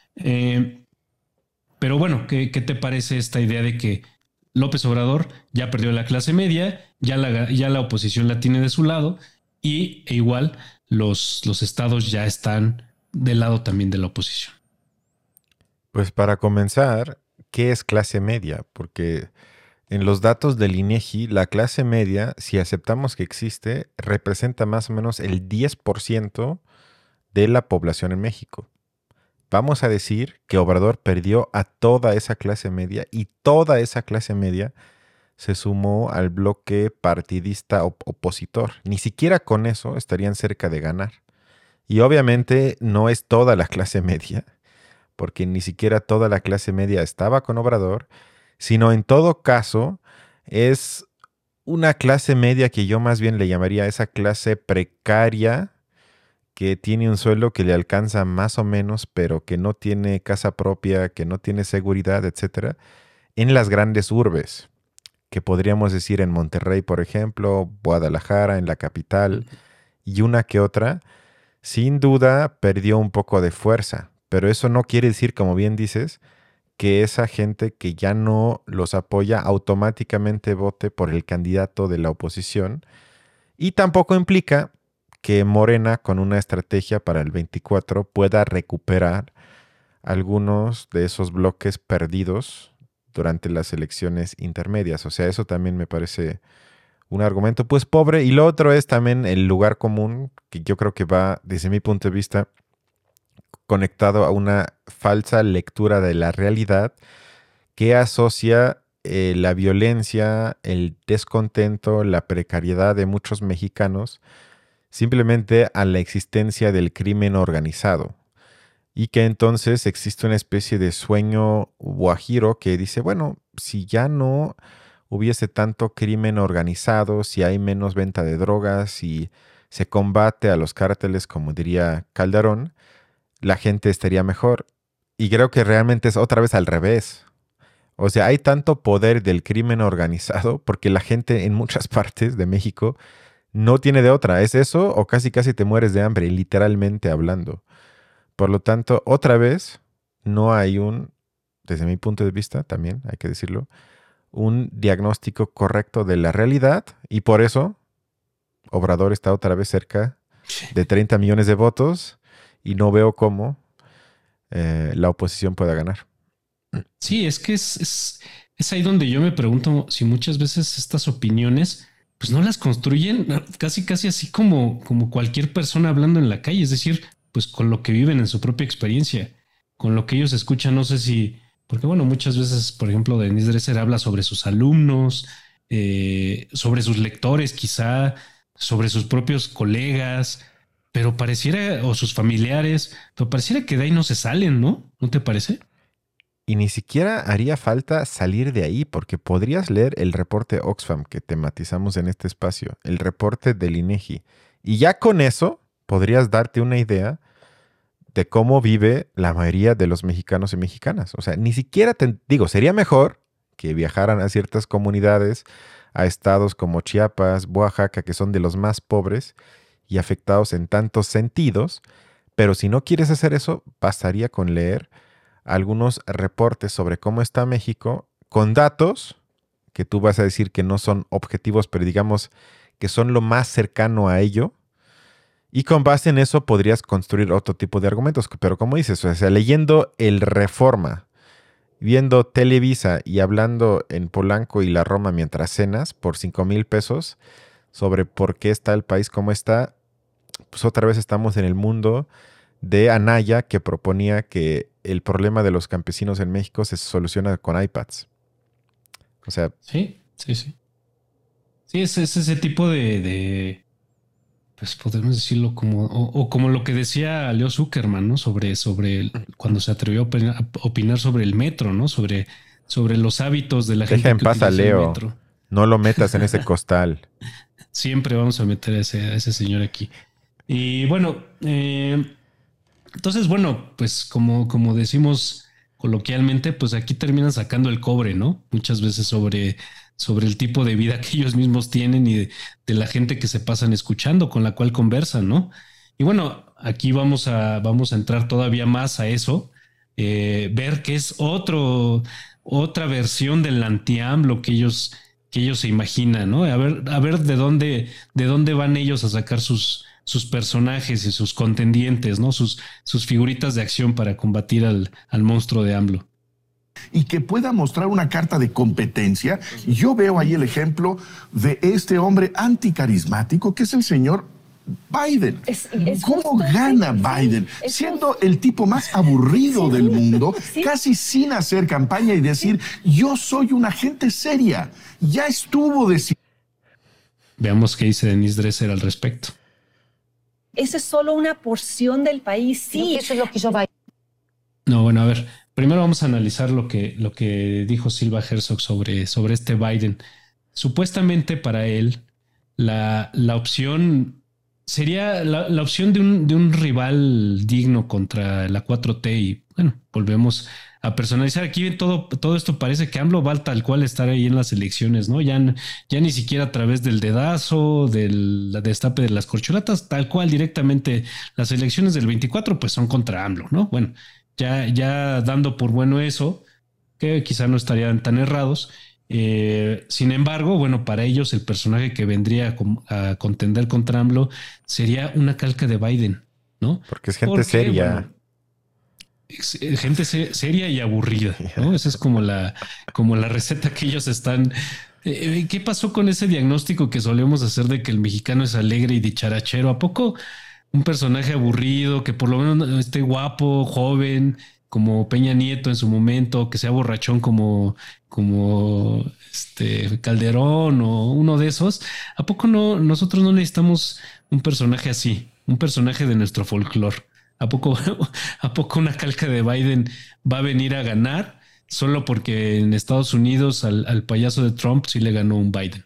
él. Pero bueno, ¿qué te parece esta idea de que López Obrador ya perdió la clase media, ya la oposición la tiene de su lado e igual los estados ya están del lado también de la oposición? Pues para comenzar, ¿qué es clase media? Porque en los datos del INEGI, la clase media, si aceptamos que existe, representa más o menos el 10% de la población en México. Vamos a decir que Obrador perdió a toda esa clase media y toda esa clase media se sumó al bloque partidista opositor. Ni siquiera con eso estarían cerca de ganar. Y obviamente no es toda la clase media, porque ni siquiera toda la clase media estaba con Obrador, sino en todo caso es una clase media que yo más bien le llamaría esa clase precaria, que tiene un sueldo que le alcanza más o menos, pero que no tiene casa propia, que no tiene seguridad, etcétera, en las grandes urbes, que podríamos decir en Monterrey, por ejemplo, Guadalajara, en la capital, y una que otra, sin duda perdió un poco de fuerza, pero eso no quiere decir, como bien dices, que esa gente que ya no los apoya automáticamente vote por el candidato de la oposición, y tampoco implica que Morena, con una estrategia para el 24, pueda recuperar algunos de esos bloques perdidos durante las elecciones intermedias. O sea, eso también me parece un argumento pues pobre. Y lo otro es también el lugar común, que yo creo que va, desde mi punto de vista, conectado a una falsa lectura de la realidad que asocia la violencia, el descontento, la precariedad de muchos mexicanos simplemente a la existencia del crimen organizado, y que entonces existe una especie de sueño guajiro que dice, bueno, si ya no hubiese tanto crimen organizado, si hay menos venta de drogas, si se combate a los cárteles, como diría Calderón, la gente estaría mejor. Y creo que realmente es otra vez al revés. O sea, hay tanto poder del crimen organizado porque la gente en muchas partes de México no tiene de otra. Es eso o casi casi te mueres de hambre, literalmente hablando. Por lo tanto, otra vez, no hay desde mi punto de vista también, hay que decirlo, un diagnóstico correcto de la realidad y por eso Obrador está otra vez cerca de 30 millones de votos y no veo cómo la oposición pueda ganar. Sí, es que es ahí donde yo me pregunto si muchas veces estas opiniones pues no las construyen casi así como cualquier persona hablando en la calle, es decir, pues con lo que viven en su propia experiencia, con lo que ellos escuchan, no sé si, porque bueno, muchas veces, por ejemplo, Denise Dresser habla sobre sus alumnos, sobre sus lectores quizá, sobre sus propios colegas, pero pareciera, o sus familiares, pero pareciera que de ahí no se salen, ¿no? ¿No te parece? Y ni siquiera haría falta salir de ahí, porque podrías leer el reporte Oxfam que tematizamos en este espacio, el reporte del INEGI, y ya con eso podrías darte una idea de cómo vive la mayoría de los mexicanos y mexicanas. O sea, ni siquiera sería mejor que viajaran a ciertas comunidades, a estados como Chiapas, Oaxaca, que son de los más pobres y afectados en tantos sentidos, pero si no quieres hacer eso, bastaría con leer algunos reportes sobre cómo está México con datos que tú vas a decir que no son objetivos, pero digamos que son lo más cercano a ello. Y con base en eso podrías construir otro tipo de argumentos. Pero como dices, o sea, leyendo el Reforma, viendo Televisa y hablando en Polanco y la Roma mientras cenas por 5,000 pesos sobre por qué está el país como está, pues otra vez estamos en el mundo de Anaya, que proponía que el problema de los campesinos en México se soluciona con iPads. O sea... Sí. Sí, es ese tipo pues podemos decirlo como, o como lo que decía Leo Zuckerman, ¿no? Sobre cuando se atrevió a opinar sobre el metro, ¿no? Sobre los hábitos de la gente Deja en que paz a utiliza el Leo. metro. No lo metas en ese costal. Siempre vamos a meter a ese señor aquí. Y bueno, entonces, bueno, pues como decimos coloquialmente, pues aquí terminan sacando el cobre, ¿no? Muchas veces sobre el tipo de vida que ellos mismos tienen y de la gente que se pasan escuchando, con la cual conversan, ¿no? Y bueno, aquí vamos a entrar todavía más a eso, ver que es otra versión del anti-AMLO que ellos se imaginan, ¿no? A ver de dónde van ellos a sacar sus personajes y sus contendientes, ¿no? Sus figuritas de acción para combatir al monstruo de AMLO. Y que pueda mostrar una carta de competencia. Yo veo ahí el ejemplo de este hombre anticarismático que es el señor Biden. ¿Cómo gana Biden? Siendo el tipo más aburrido del mundo, casi sin hacer campaña y decir, yo soy una gente seria. Ya estuvo decidido. Veamos qué dice Denise Dresser al respecto. Esa es solo una porción del país, sí. Eso es lo que hizo Biden. No, bueno, a ver, primero vamos a analizar lo que dijo Silva Herzog sobre este Biden. Supuestamente para él, la opción sería la opción de un rival digno contra la 4T y bueno, volvemos a personalizar. Aquí todo esto parece que AMLO va tal cual estar ahí en las elecciones, ¿no? Ya ni siquiera a través del dedazo, del destape de las corcholatas, tal cual directamente las elecciones del 24 pues son contra AMLO, ¿no? Bueno, ya dando por bueno eso, que quizá no estarían tan errados. Sin embargo, bueno, para ellos el personaje que vendría a contender contra AMLO sería una calca de Biden, ¿no? Porque es gente seria. Bueno, gente seria y aburrida, ¿no? Esa es como la receta que ellos están. ¿Qué pasó con ese diagnóstico que solemos hacer de que el mexicano es alegre y dicharachero? ¿A poco un personaje aburrido que por lo menos esté guapo, joven, como Peña Nieto en su momento, que sea borrachón como Calderón o uno de esos? ¿A poco nosotros no necesitamos un personaje así, un personaje de nuestro folclore? ¿A poco una calca de Biden va a venir a ganar solo porque en Estados Unidos al payaso de Trump sí le ganó un Biden.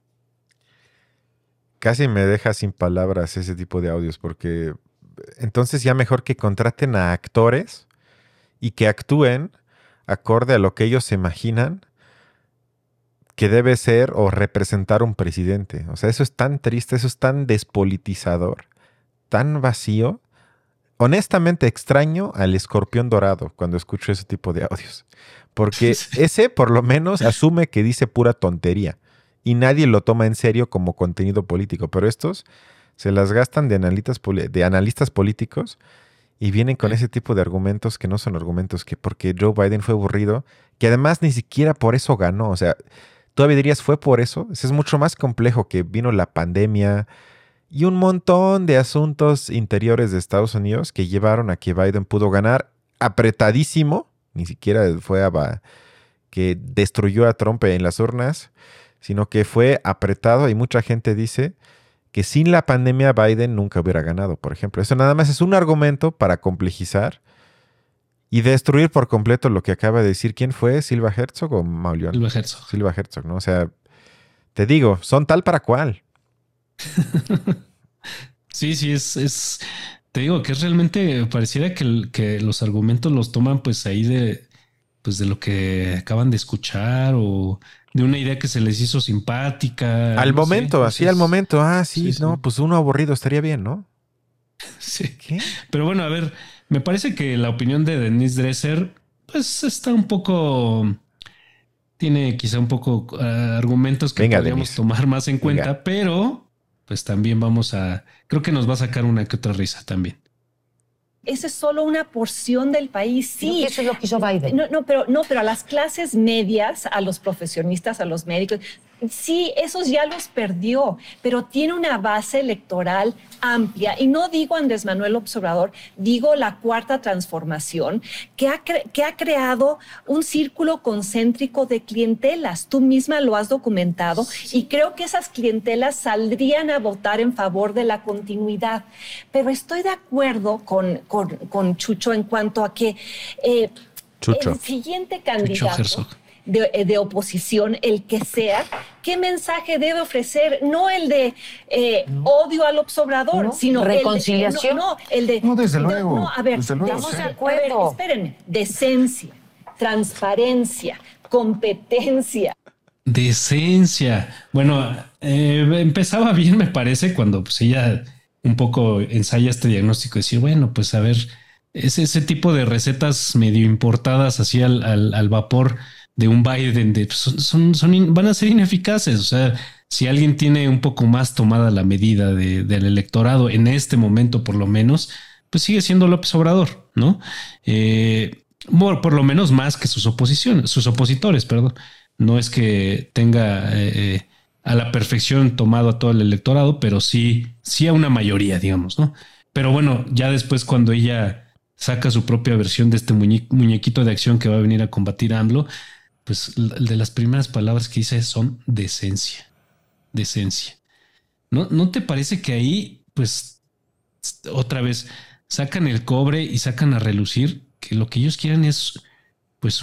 Casi me deja sin palabras ese tipo de audios, porque entonces ya mejor que contraten a actores y que actúen acorde a lo que ellos se imaginan que debe ser o representar un presidente. O sea, eso es tan triste, eso es tan despolitizador, tan vacío. Honestamente extraño al escorpión dorado cuando escucho ese tipo de audios. Porque ese por lo menos asume que dice pura tontería y nadie lo toma en serio como contenido político. Pero estos se las gastan de analistas políticos y vienen con ese tipo de argumentos que no son argumentos, que porque Joe Biden fue aburrido, que además ni siquiera por eso ganó. O sea, todavía dirías, ¿fue por eso? Eso es mucho más complejo, que vino la pandemia y un montón de asuntos interiores de Estados Unidos que llevaron a que Biden pudo ganar apretadísimo. Ni siquiera fue que destruyó a Trump en las urnas, sino que fue apretado, y mucha gente dice que sin la pandemia Biden nunca hubiera ganado, por ejemplo. Eso nada más es un argumento para complejizar y destruir por completo lo que acaba de decir. ¿Quién fue? ¿Silva Herzog o Mauleón? Silva Herzog. Silva Herzog, ¿no? O sea, te digo, son tal para cual. Sí, te digo que es realmente, pareciera que los argumentos los toman pues ahí de lo que acaban de escuchar o de una idea que se les hizo simpática. Al no momento, sé, así al momento. Ah, sí, sí, no, sí. pues uno aburrido estaría bien, ¿no? Sí. ¿Qué? Pero bueno, a ver, me parece que la opinión de Denise Dresser pues está un poco, tiene quizá un poco argumentos que Venga, podríamos Denise. tomar más en cuenta, Venga. pero pues también creo que nos va a sacar una que otra risa también. Esa es solo una porción del país, Creo sí. que eso es lo que hizo Biden. Pero a las clases medias, a los profesionistas, a los médicos, sí, esos ya los perdió, pero tiene una base electoral amplia. Y no digo Andrés Manuel López Obrador, digo la Cuarta Transformación, que ha creado un círculo concéntrico de clientelas. Tú misma lo has documentado y creo que esas clientelas saldrían a votar en favor de la continuidad. Pero estoy de acuerdo con Chucho en cuanto a que Chucho. el siguiente Chucho candidato Herzog. de oposición, el que sea, ¿qué mensaje debe ofrecer? No el de odio al López Obrador, No, sino reconciliación. el de... No, desde luego. No, a ver, Desde luego, Estamos sí. de acuerdo. Espérenme. Decencia, transparencia, competencia. Decencia. Bueno, empezaba bien, me parece, cuando pues ella un poco ensaya este diagnóstico, decir, bueno, pues a ver, es ese tipo de recetas medio importadas así al vapor de un Biden, van a ser ineficaces. O sea, si alguien tiene un poco más tomada la medida del electorado en este momento, por lo menos, pues sigue siendo López Obrador, ¿no? Por lo menos más que sus opositores, perdón. No es que tenga a la perfección tomado a todo el electorado, pero sí a una mayoría, digamos, ¿no? Pero bueno, ya después cuando ella saca su propia versión de este muñequito de acción que va a venir a combatir a AMLO, pues de las primeras palabras que dice son decencia. Decencia. ¿No te parece que ahí, pues, otra vez sacan el cobre y sacan a relucir que lo que ellos quieren es, pues,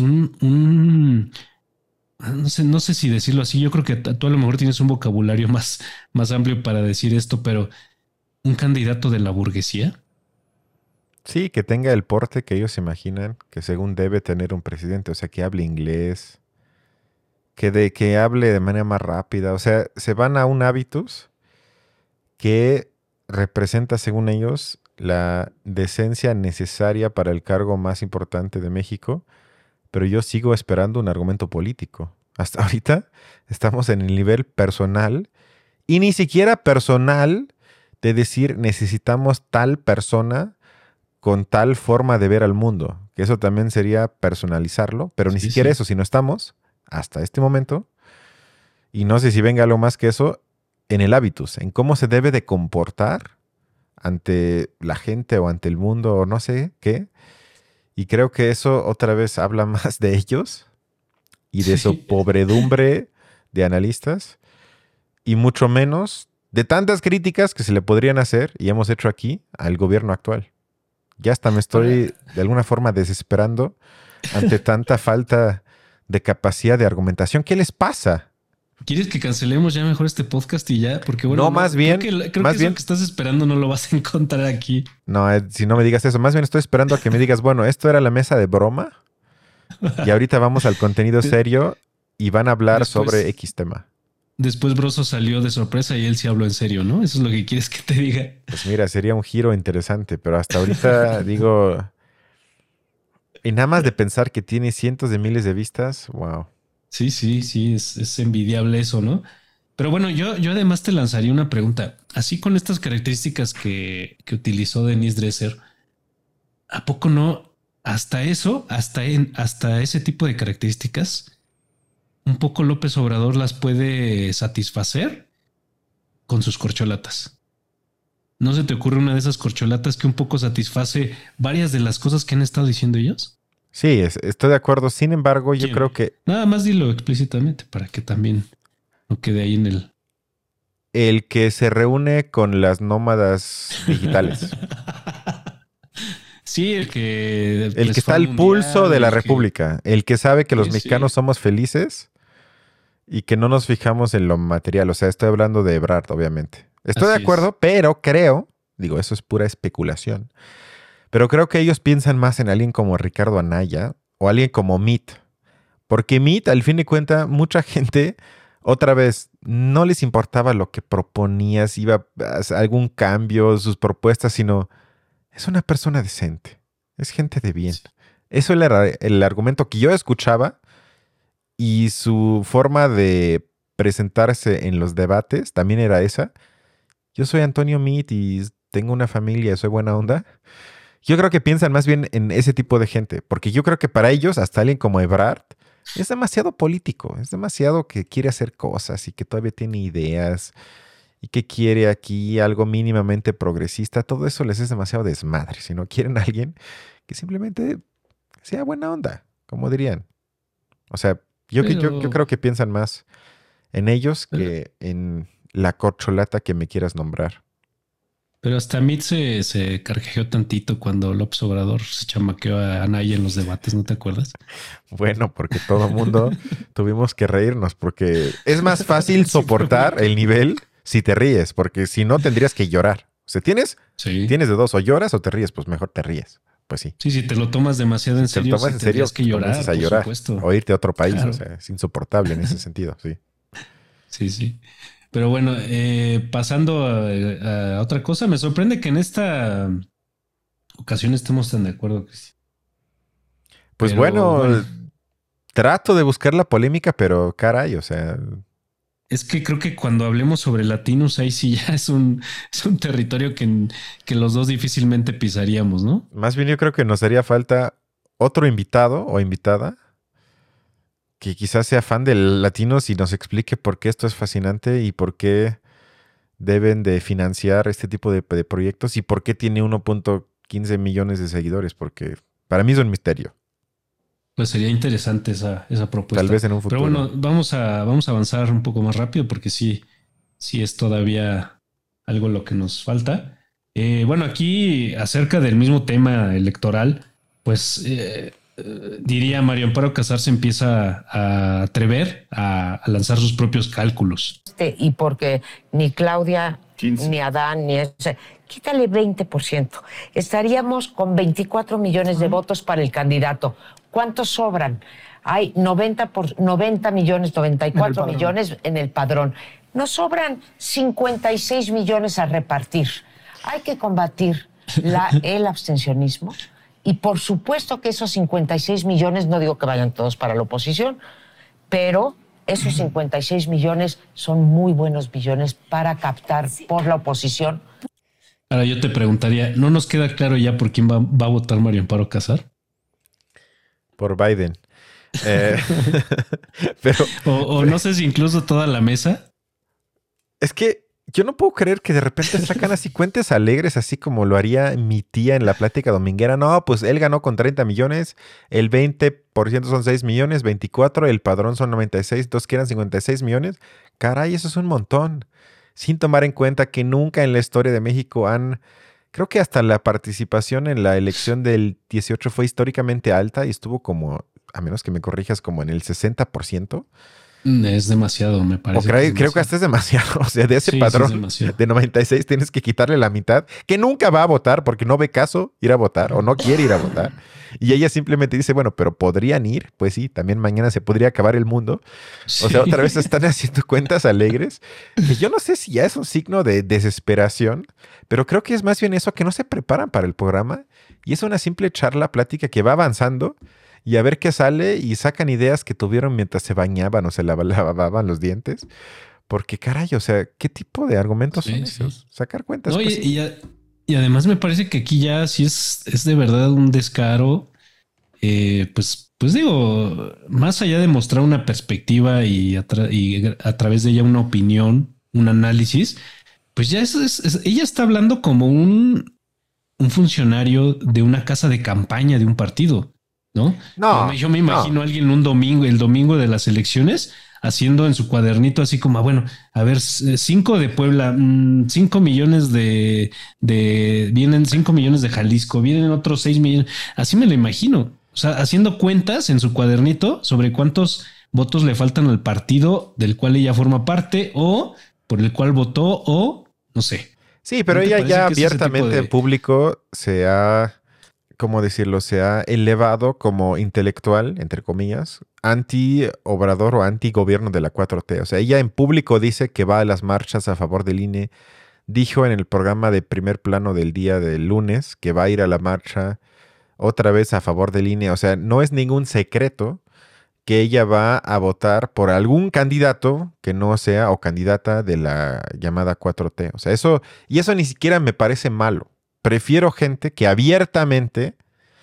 no sé si decirlo así. Yo creo que tú a lo mejor tienes un vocabulario más amplio para decir esto, pero un candidato de la burguesía. Sí, que tenga el porte que ellos imaginan que según debe tener un presidente. O sea, que hable inglés, que hable de manera más rápida. O sea, se van a un hábitus que representa, según ellos, la decencia necesaria para el cargo más importante de México. Pero yo sigo esperando un argumento político. Hasta ahorita estamos en el nivel personal y ni siquiera personal de decir necesitamos tal persona con tal forma de ver al mundo, que eso también sería personalizarlo, pero ni Sí, siquiera sí. eso, sino estamos hasta este momento, y no sé si venga algo más que eso, en el hábitus, en cómo se debe de comportar ante la gente o ante el mundo o no sé qué, y creo que eso otra vez habla más de ellos y de su pobredumbre de analistas y mucho menos de tantas críticas que se le podrían hacer y hemos hecho aquí al gobierno actual. Ya hasta me estoy de alguna forma desesperando ante tanta falta de capacidad de argumentación. ¿Qué les pasa? ¿Quieres que cancelemos ya mejor este podcast y ya? Porque bueno, No, más bien, creo más que bien. eso que estás esperando no lo vas a encontrar aquí. No, si no me digas eso, más bien estoy esperando a que me digas, bueno, esto era la mesa de broma y ahorita vamos al contenido serio y van a hablar sobre X tema. Después Broso salió de sorpresa y él sí habló en serio, ¿no? Eso es lo que quieres que te diga. Pues mira, sería un giro interesante, pero hasta ahorita digo, y nada más de pensar que tiene cientos de miles de vistas, wow. Sí, es envidiable eso, ¿no? Pero bueno, yo además te lanzaría una pregunta. Así con estas características que utilizó Denise Dresser, ¿a poco no? Hasta eso, hasta ese tipo de características, un poco López Obrador las puede satisfacer con sus corcholatas. ¿No se te ocurre una de esas corcholatas que un poco satisface varias de las cosas que han estado diciendo ellos? Sí, estoy de acuerdo. Sin embargo, yo creo que Nada más dilo explícitamente para que también no quede ahí en el... el que se reúne con las nómadas digitales. Sí, el que... El que está al pulso de la República. El que sabe que los mexicanos somos felices y que no nos fijamos en lo material. O sea, estoy hablando de Ebrard, obviamente. Estoy de acuerdo, pero creo, digo, eso es pura especulación, pero creo que ellos piensan más en alguien como Ricardo Anaya o alguien como Meade. Porque Meade, al fin de cuentas, mucha gente, otra vez, no les importaba lo que proponías, iba a algún cambio, sus propuestas, sino es una persona decente, es gente de bien. Eso era el argumento que yo escuchaba y su forma de presentarse en los debates también era esa. Yo soy Antonio Meade y tengo una familia, soy buena onda. Yo creo que piensan más bien en ese tipo de gente, porque yo creo que para ellos, hasta alguien como Ebrard, es demasiado político, es demasiado que quiere hacer cosas y que todavía tiene ideas y que quiere aquí algo mínimamente progresista. Todo eso les es demasiado desmadre. Si no quieren a alguien que simplemente sea buena onda, como dirían. O sea, yo creo que piensan más en ellos que en la corcholata que me quieras nombrar. Pero hasta Meade se carcajeó tantito cuando López Obrador se chamaqueó a Anaya en los debates, ¿no te acuerdas? Bueno, porque todo el mundo tuvimos que reírnos, porque es más fácil soportar el nivel si te ríes, porque si no tendrías que llorar. O sea, tienes de dos, o lloras o te ríes, pues mejor te ríes. Pues sí. Sí, si te lo tomas demasiado en serio, te tendrías que llorar, comienzas a llorar, supuesto. o irte a otro país. Claro. O sea, es insoportable en ese sentido, sí. Sí. Pero bueno, pasando a otra cosa, me sorprende que en esta ocasión estemos tan de acuerdo, Cristian. Pues bueno, trato de buscar la polémica, pero caray, o sea... Es que creo que cuando hablemos sobre latinos, ahí sí ya es un territorio que los dos difícilmente pisaríamos, ¿no? Más bien yo creo que nos haría falta otro invitado o invitada que quizás sea fan de latinos y nos explique por qué esto es fascinante y por qué deben de financiar este tipo de proyectos y por qué tiene 1.15 millones de seguidores, porque para mí es un misterio. Pues sería interesante esa propuesta. Tal vez en un futuro. Pero bueno, vamos a avanzar un poco más rápido porque sí es todavía algo lo que nos falta. Bueno, aquí acerca del mismo tema electoral, pues diría Mario Amparo Casar se empieza a atrever a lanzar sus propios cálculos. Y porque ni Claudia, 15. ni Adán, ni ese, quítale 20%. Estaríamos con 24 millones de votos para el candidato. ¿Cuántos sobran? Hay 90 millones, 94 millones en el padrón. Nos sobran 56 millones a repartir. Hay que combatir el abstencionismo. Y por supuesto que esos 56 millones, no digo que vayan todos para la oposición, pero esos 56 millones son muy buenos millones para captar por la oposición. Ahora yo te preguntaría, ¿no nos queda claro ya por quién va a votar Mario Amparo Casar? Por Biden. Pero o no sé si incluso toda la mesa. Es que yo no puedo creer que de repente sacan así cuentas alegres, así como lo haría mi tía en la plática dominguera. No, pues él ganó con 30 millones, el 20% son 6 millones, 24, el padrón son 96, entonces quedan 56 millones. Caray, eso es un montón. Sin tomar en cuenta que nunca en la historia de México creo que hasta la participación en la elección del 18 fue históricamente alta y estuvo como a menos que me corrijas, como en el 60%. Es demasiado, me parece. Creo que hasta es demasiado. O sea, de ese padrón de 96 tienes que quitarle la mitad, que nunca va a votar porque no ve caso ir a votar o no quiere ir a votar. Y ella simplemente dice, bueno, pero podrían ir. Pues sí, también mañana se podría acabar el mundo. Sí. O sea, otra vez están haciendo cuentas alegres. Que yo no sé si ya es un signo de desesperación, pero creo que es más bien eso, que no se preparan para el programa. Y es una simple charla, plática que va avanzando. Y a ver qué sale, y sacan ideas que tuvieron mientras se bañaban o se lavaban los dientes. Porque, caray, o sea, ¿qué tipo de argumentos son esos? Sacar cuentas. No, pues, y además me parece que aquí ya sí es de verdad un descaro. Pues digo, más allá de mostrar una perspectiva y a través de ella una opinión, un análisis, pues ya ella está hablando como un funcionario de una casa de campaña de un partido. ¿No? Yo me imagino a alguien el domingo de las elecciones, haciendo en su cuadernito así como, bueno, a ver, 5 de Puebla, 5 millones vienen 5 millones de Jalisco, vienen otros 6 millones. Así me lo imagino. O sea, haciendo cuentas en su cuadernito sobre cuántos votos le faltan al partido del cual ella forma parte o por el cual votó o no sé. Sí, pero ella ya abiertamente en público se ha... ¿cómo decirlo? Se ha elevado como intelectual, entre comillas, anti-obrador o anti-gobierno de la 4T. O sea, ella en público dice que va a las marchas a favor del INE. Dijo en el programa de Primer Plano del día del lunes que va a ir a la marcha otra vez a favor del INE. O sea, no es ningún secreto que ella va a votar por algún candidato que no sea o candidata de la llamada 4T. O sea, eso ni siquiera me parece malo. Prefiero gente que abiertamente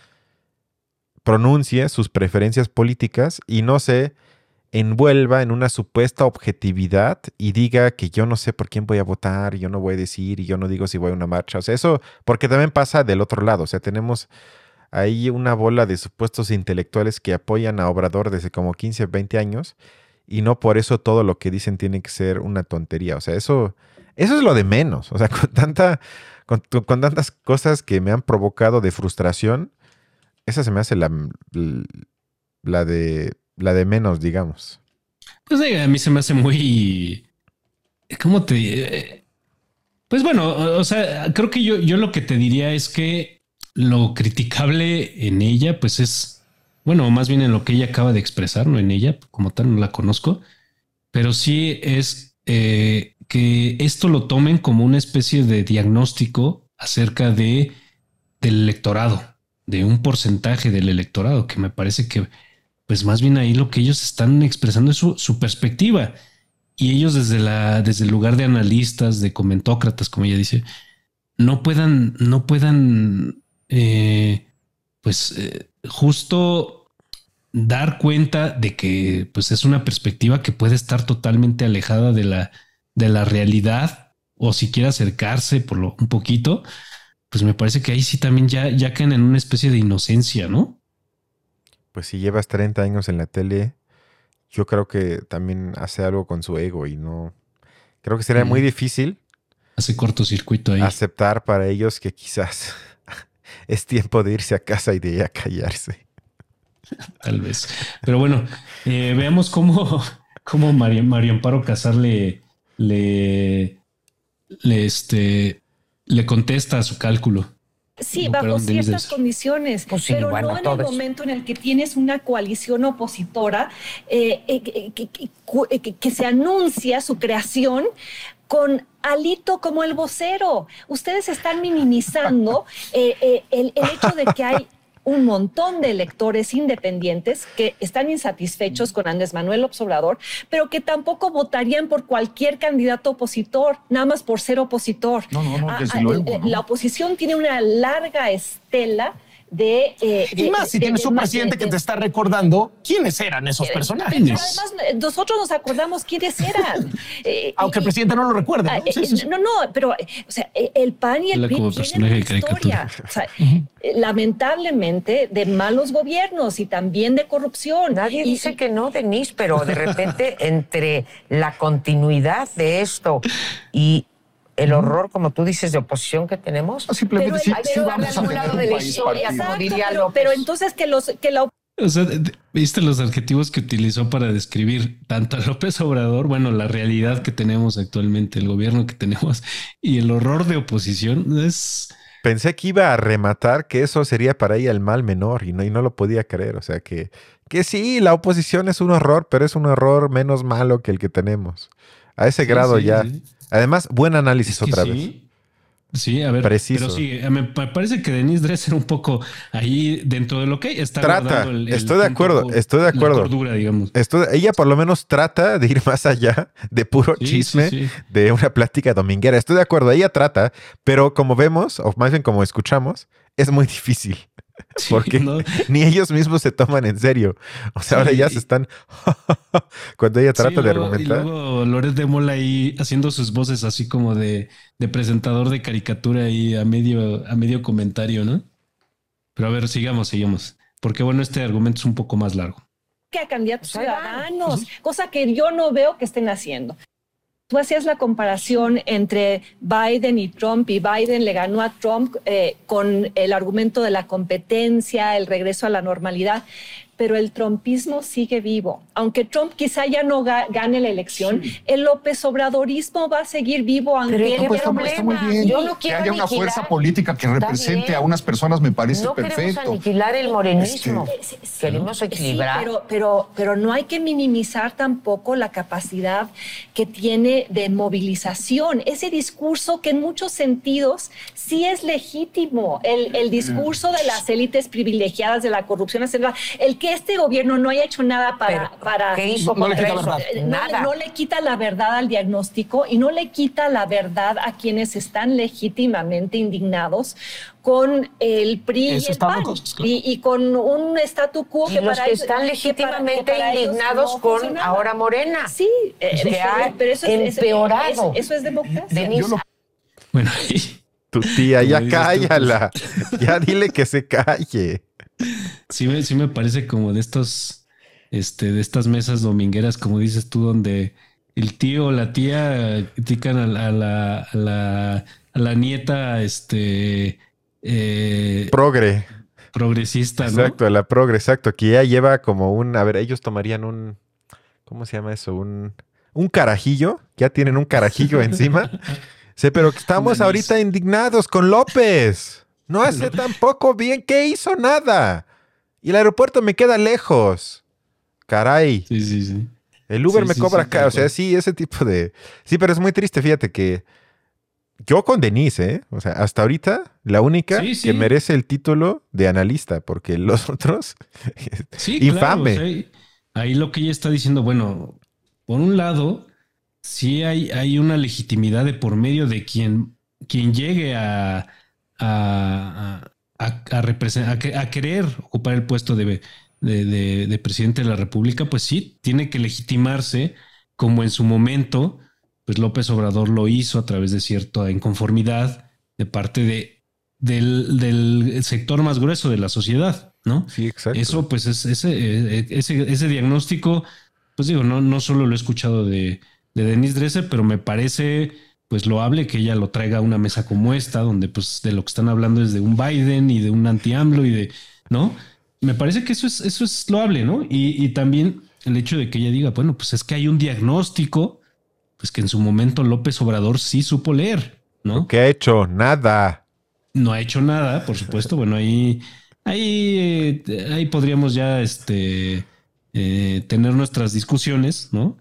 pronuncie sus preferencias políticas y no se envuelva en una supuesta objetividad y diga que yo no sé por quién voy a votar, yo no voy a decir y yo no digo si voy a una marcha. O sea, eso, porque también pasa del otro lado. O sea, tenemos ahí una bola de supuestos intelectuales que apoyan a Obrador desde como 15, 20 años y no por eso todo lo que dicen tiene que ser una tontería. O sea, eso es lo de menos. O sea, con tantas cosas que me han provocado de frustración, esa se me hace la de menos, digamos. Pues a mí se me hace muy... ¿Cómo te...? Pues bueno, o sea, creo que yo lo que te diría es que lo criticable en ella, pues es... Bueno, más bien en lo que ella acaba de expresar, no en ella, como tal, no la conozco. Pero sí es... que esto lo tomen como una especie de diagnóstico acerca del electorado, de un porcentaje del electorado, que me parece que pues más bien ahí lo que ellos están expresando es su perspectiva, y ellos desde el lugar de analistas, de comentócratas, como ella dice, no puedan justo dar cuenta de que pues es una perspectiva que puede estar totalmente alejada de la realidad, o siquiera acercarse un poquito, pues me parece que ahí sí también ya caen en una especie de inocencia, ¿no? Pues si llevas 30 años en la tele, yo creo que también hace algo con su ego y no... Creo que sería muy difícil... Hace cortocircuito ahí. Aceptar para ellos que quizás es tiempo de irse a casa y de ella callarse. Tal vez. Pero bueno, veamos cómo María Amparo Casar le contesta a su cálculo. Sí, bajo ciertas condiciones, pues sí, pero bueno, no en el momento en el que tienes una coalición opositora que se anuncia su creación con Alito como el vocero. Ustedes están minimizando el hecho de que hay un montón de electores independientes que están insatisfechos con Andrés Manuel López Obrador, pero que tampoco votarían por cualquier candidato opositor, nada más por ser opositor. No, desde luego, ¿no? La oposición tiene una larga estela y más si tienes un presidente que te está recordando quiénes eran esos personajes. Pero además, nosotros nos acordamos quiénes eran. Aunque el presidente no lo recuerde. No, pero o sea, el PAN y el PRI tienen una historia. O sea, lamentablemente, de malos gobiernos y también de corrupción. Nadie dice que no, Denise, pero de repente entre la continuidad de esto y el horror, como tú dices, de oposición que tenemos. Simplemente sí vamos a tener un país exacto, pero entonces que la O sea, ¿viste los adjetivos que utilizó para describir tanto a López Obrador? Bueno, la realidad que tenemos actualmente, el gobierno que tenemos y el horror de oposición es... Pensé que iba a rematar que eso sería para ella el mal menor y no lo podía creer. O sea, que sí, la oposición es un horror, pero es un horror menos malo que el que tenemos. A ese grado ya. Sí. Además, buen análisis otra vez. Sí. Sí, a ver, Preciso. pero sí, me parece que Denise Dresser un poco ahí dentro de lo que está Trata, estoy de acuerdo. La cordura, digamos. Ella por lo menos trata de ir más allá de puro chisme, de una plática dominguera. Estoy de acuerdo, ella trata, pero como vemos, o más bien como escuchamos, es muy difícil. Porque ni ellos mismos se toman en serio. O sea, ahora ya se están... Cuando ella trata de argumentar. Y luego Loret de Mola ahí haciendo sus voces así como de presentador de caricatura ahí a medio comentario, ¿no? Pero a ver, sigamos. Porque bueno, este argumento es un poco más largo. Que a candidatos ciudadanos, cosa que yo no veo que estén haciendo. Tú hacías la comparación entre Biden y Trump, y Biden le ganó a Trump con el argumento de la competencia, el regreso a la normalidad, pero el trumpismo sigue vivo. Aunque Trump quizá ya no gane la elección, el López Obradorismo va a seguir vivo. Aunque está muy bien. Yo no quiero que haya una fuerza política que represente a unas personas me parece perfecto. No queremos aniquilar el morenismo. Queremos equilibrar. Sí, pero no hay que minimizar tampoco la capacidad que tiene de movilización. Ese discurso que en muchos sentidos sí es legítimo. El discurso de las élites privilegiadas, de la corrupción, el que este gobierno no haya hecho nada para ¿qué hizo no le quita eso? Nada. No le quita la verdad al diagnóstico y no le quita la verdad a quienes están legítimamente indignados con el PRI y el PAN y con un statu quo y que los para que ellos, están legítimamente indignados no con funcionaba. ahora Morena. Sí, pero eso es empeorado. Eso es democracia. Bueno, tu tía, ya cállala. Ya dile que se calle. Sí me parece como de de estas mesas domingueras, como dices tú, donde el tío o la tía critican a la nieta, progresista, ¿no? Exacto, a la progre, exacto, que ya lleva como a ver, ellos tomarían ¿cómo se llama eso? Un carajillo, ya tienen un carajillo encima. Sí, pero estamos ahorita indignados con López. No hace tampoco bien. ¿Qué hizo? Nada. Y el aeropuerto me queda lejos. Caray. Sí. El Uber me cobra caro. O sea, sí, ese tipo de... Sí, pero es muy triste. Fíjate que yo con Denise, o sea, hasta ahorita la única que merece el título de analista, porque los otros... infame. Claro, o sea, ahí lo que ella está diciendo, bueno, por un lado, sí hay una legitimidad de por medio de quien llegue a querer ocupar el puesto de presidente de la República, pues sí, tiene que legitimarse como en su momento, pues López Obrador lo hizo a través de cierta inconformidad de parte del sector más grueso de la sociedad, ¿no? Sí, exacto. Eso, pues, ese diagnóstico, pues digo, no solo lo he escuchado de Denise Dresser, pero me parece... pues loable que ella lo traiga a una mesa como esta, donde pues de lo que están hablando es de un Biden y de un anti-AMLO y de, ¿no? Me parece que eso es loable, ¿no? Y también el hecho de que ella diga, bueno, pues es que hay un diagnóstico, pues que en su momento López Obrador sí supo leer, ¿no? ¿Qué ha hecho? Nada. No ha hecho nada, por supuesto. Bueno, ahí podríamos ya tener nuestras discusiones, ¿no?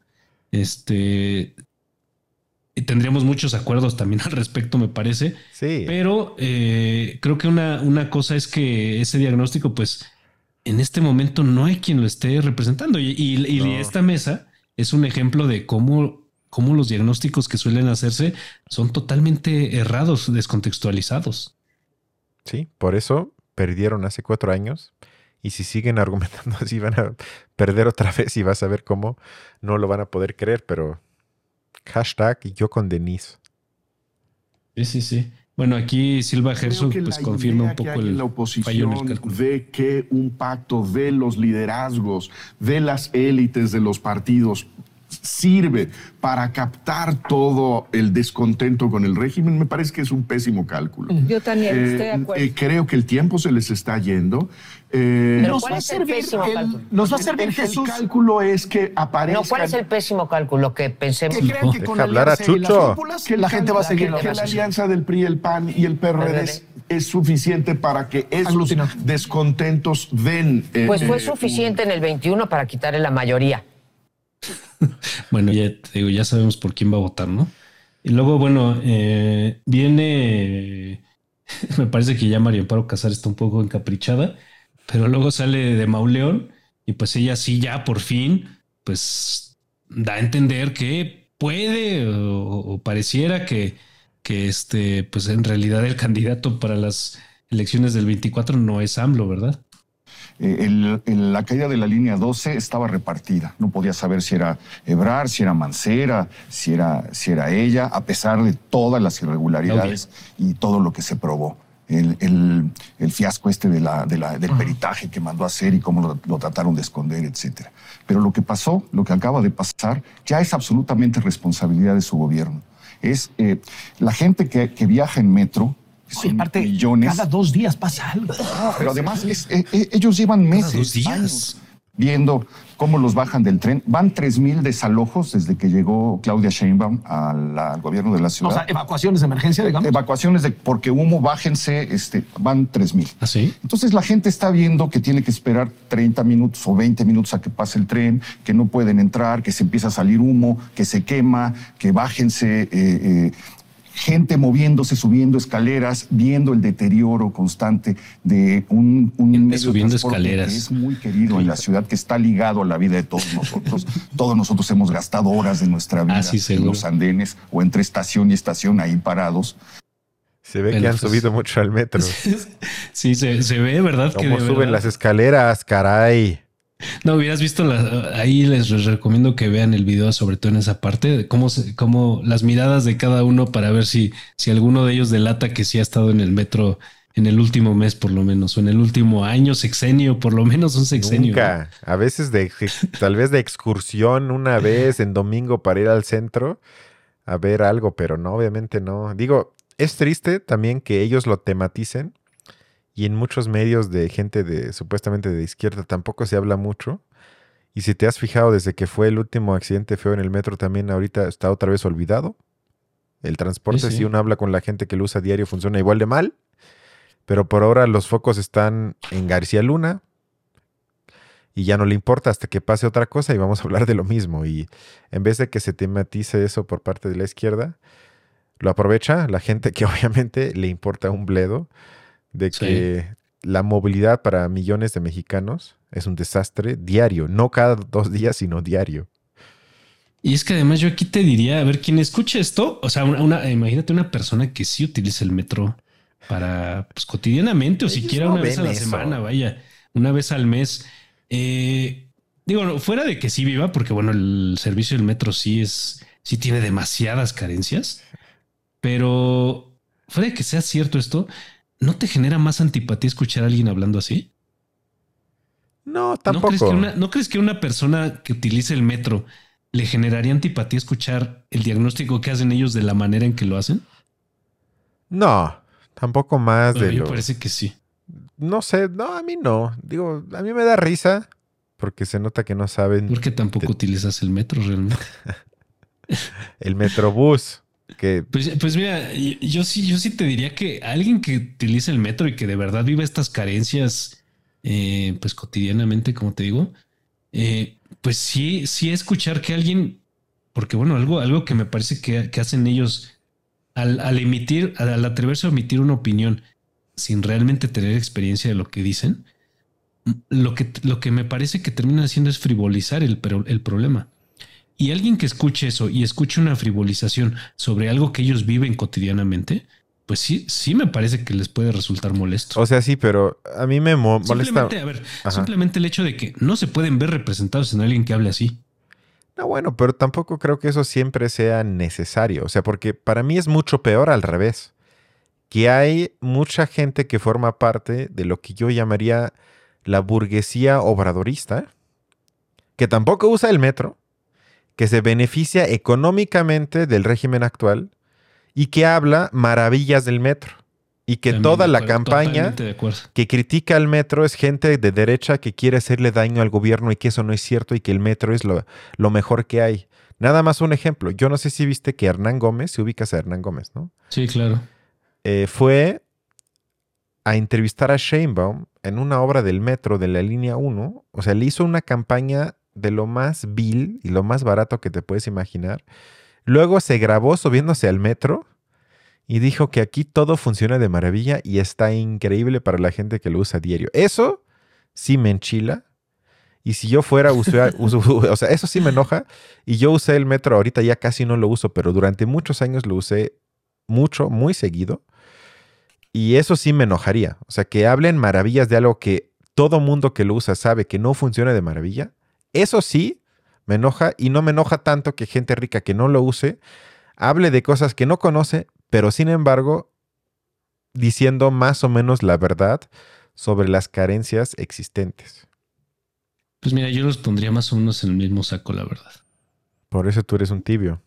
Tendríamos muchos acuerdos también al respecto, me parece. Sí. Pero creo que una cosa es que ese diagnóstico, pues, en este momento no hay quien lo esté representando. Y esta mesa es un ejemplo de cómo los diagnósticos que suelen hacerse son totalmente errados, descontextualizados. Sí, por eso perdieron hace 4 años. Y si siguen argumentando así, van a perder otra vez y vas a ver cómo no lo van a poder creer, pero... Hashtag yo con Denise. Sí. Bueno, aquí Silva Herzog pues confirma un poco la oposición de que un pacto de los liderazgos, de las élites de los partidos, sirve para captar todo el descontento con el régimen, me parece que es un pésimo cálculo. Yo también estoy de acuerdo. Creo que el tiempo se les está yendo. Pero Nos ¿cuál va a es el servir pésimo cálculo? nos va a servir El Jesús. cálculo es que aparezca... No, ¿cuál es el pésimo cálculo que pensemos? Que crean que Deja con hablar a Alianza y las Chucho. cúpulas, que la gente va a seguir que la alianza del PRI, el PAN y el PRD es suficiente para que esos Aglutinar. descontentos den... Pues fue suficiente en el 21 para quitarle la mayoría. Bueno, ya te digo, ya sabemos por quién va a votar, ¿no? Y luego, bueno, viene, me parece que ya María Amparo Casar está un poco encaprichada, pero luego sale de Mauleón y pues ella sí ya por fin, pues da a entender que puede o pareciera que pues en realidad el candidato para las elecciones del 24 no es AMLO, ¿verdad? La caída de la línea 12 estaba repartida. No podía saber si era Ebrard, si era Mancera, si era ella, a pesar de todas las irregularidades y todo lo que se probó. El fiasco del peritaje que mandó a hacer y cómo lo trataron de esconder, etcétera. Pero lo que pasó, lo que acaba de pasar, ya es absolutamente responsabilidad de su gobierno. Es la gente que viaja en metro, Oye, aparte, millones. cada 2 días pasa algo. Pero además ellos llevan meses, 2 días. años, viendo cómo los bajan del tren. Van 3,000 desalojos desde que llegó Claudia Sheinbaum al gobierno de la ciudad. O sea, evacuaciones de emergencia, digamos. Evacuaciones porque humo, bájense, van 3,000. ¿Ah, sí? Entonces la gente está viendo que tiene que esperar 30 minutos o 20 minutos a que pase el tren, que no pueden entrar, que se empieza a salir humo, que se quema, que bájense. Gente moviéndose, subiendo escaleras, viendo el deterioro constante de un medio de subiendo transporte escaleras. que es muy querido en la ciudad, que está ligado a la vida de todos nosotros. Todos nosotros hemos gastado horas de nuestra vida sí, en seguro. los andenes o entre estación y estación ahí parados. Se ve que Bueno, han pues, subido mucho al metro. Sí, se ve, ¿verdad? Que ¿Cómo de suben verdad- las escaleras, caray? No, hubieras visto ahí les recomiendo que vean el video, sobre todo en esa parte, de cómo las miradas de cada uno para ver si alguno de ellos delata que sí ha estado en el metro en el último mes, por lo menos, o en el último año, sexenio, por lo menos un sexenio. Nunca. A veces tal vez de excursión una vez en domingo para ir al centro a ver algo, pero no, obviamente no. Digo, es triste también que ellos lo tematicen. Y en muchos medios de gente supuestamente de izquierda tampoco se habla mucho. Y si te has fijado, desde que fue el último accidente feo en el metro, también ahorita está otra vez olvidado. El transporte, Sí. si uno habla con la gente que lo usa diario, funciona igual de mal. Pero por ahora los focos están en García Luna. Y ya no le importa hasta que pase otra cosa y vamos a hablar de lo mismo. Y en vez de que se tematice eso por parte de la izquierda, lo aprovecha la gente que obviamente le importa un bledo. De que la movilidad para millones de mexicanos es un desastre diario, no cada 2 días, sino diario. Y es que además yo aquí te diría, a ver, quien escuche esto, o sea, imagínate una persona que sí utiliza el metro para, pues, cotidianamente o Ellos siquiera no una vez a ven la eso. semana, vaya, una vez al mes. Digo, no, fuera de que sí viva, porque bueno, el servicio del metro sí tiene demasiadas carencias, pero fuera de que sea cierto esto, ¿no te genera más antipatía escuchar a alguien hablando así? No, tampoco. ¿No crees que una persona que utilice el metro le generaría antipatía escuchar el diagnóstico que hacen ellos de la manera en que lo hacen? No, tampoco más A de mí me lo... parece que sí. No sé, no, a mí no. Digo, a mí me da risa porque se nota que no saben Porque tampoco utilizas el metro realmente. el Metrobús. Que Pues mira, yo sí te diría que alguien que utilice el metro y que de verdad vive estas carencias, pues cotidianamente, como te digo, pues sí escuchar que alguien, porque bueno, algo que me parece que hacen ellos al atreverse a emitir una opinión sin realmente tener experiencia de lo que dicen, lo que me parece que terminan haciendo es frivolizar el problema. Y alguien que escuche eso y escuche una frivolización sobre algo que ellos viven cotidianamente, pues sí me parece que les puede resultar molesto. o sea, sí, pero a mí me molesta. Simplemente, a ver, Ajá. simplemente el hecho de que no se pueden ver representados en alguien que hable así. No, bueno, pero tampoco creo que eso siempre sea necesario. O sea, porque para mí es mucho peor al revés. Que hay mucha gente que forma parte de lo que yo llamaría la burguesía obradorista, que tampoco usa el metro, que se beneficia económicamente del régimen actual y que habla maravillas del metro. Y que También toda de la acuerdo, campaña totalmente de acuerdo. que critica al metro es gente de derecha que quiere hacerle daño al gobierno y que eso no es cierto y que el metro es lo mejor que hay. Nada más un ejemplo. Yo no sé si viste que Hernán Gómez, si ubicas a Hernán Gómez, ¿no? Sí, claro. Fue a entrevistar a Sheinbaum en una obra del metro de la línea 1. O sea, le hizo una campaña de lo más vil y lo más barato que te puedes imaginar. Luego se grabó subiéndose al metro y dijo que aquí todo funciona de maravilla y está increíble para la gente que lo usa a diario. Eso sí me enchila. Y si yo fuera usuario, o sea, eso sí me enoja. Y yo usé el metro, ahorita ya casi no lo uso, pero durante muchos años lo usé mucho, muy seguido. Y eso sí me enojaría. O sea, que hablen maravillas de algo que todo mundo que lo usa sabe que no funciona de maravilla. Eso sí me enoja y no me enoja tanto que gente rica que no lo use hable de cosas que no conoce, pero sin embargo, diciendo más o menos la verdad sobre las carencias existentes. Pues mira, yo los pondría más o menos en el mismo saco, la verdad. Por eso tú eres un tibio.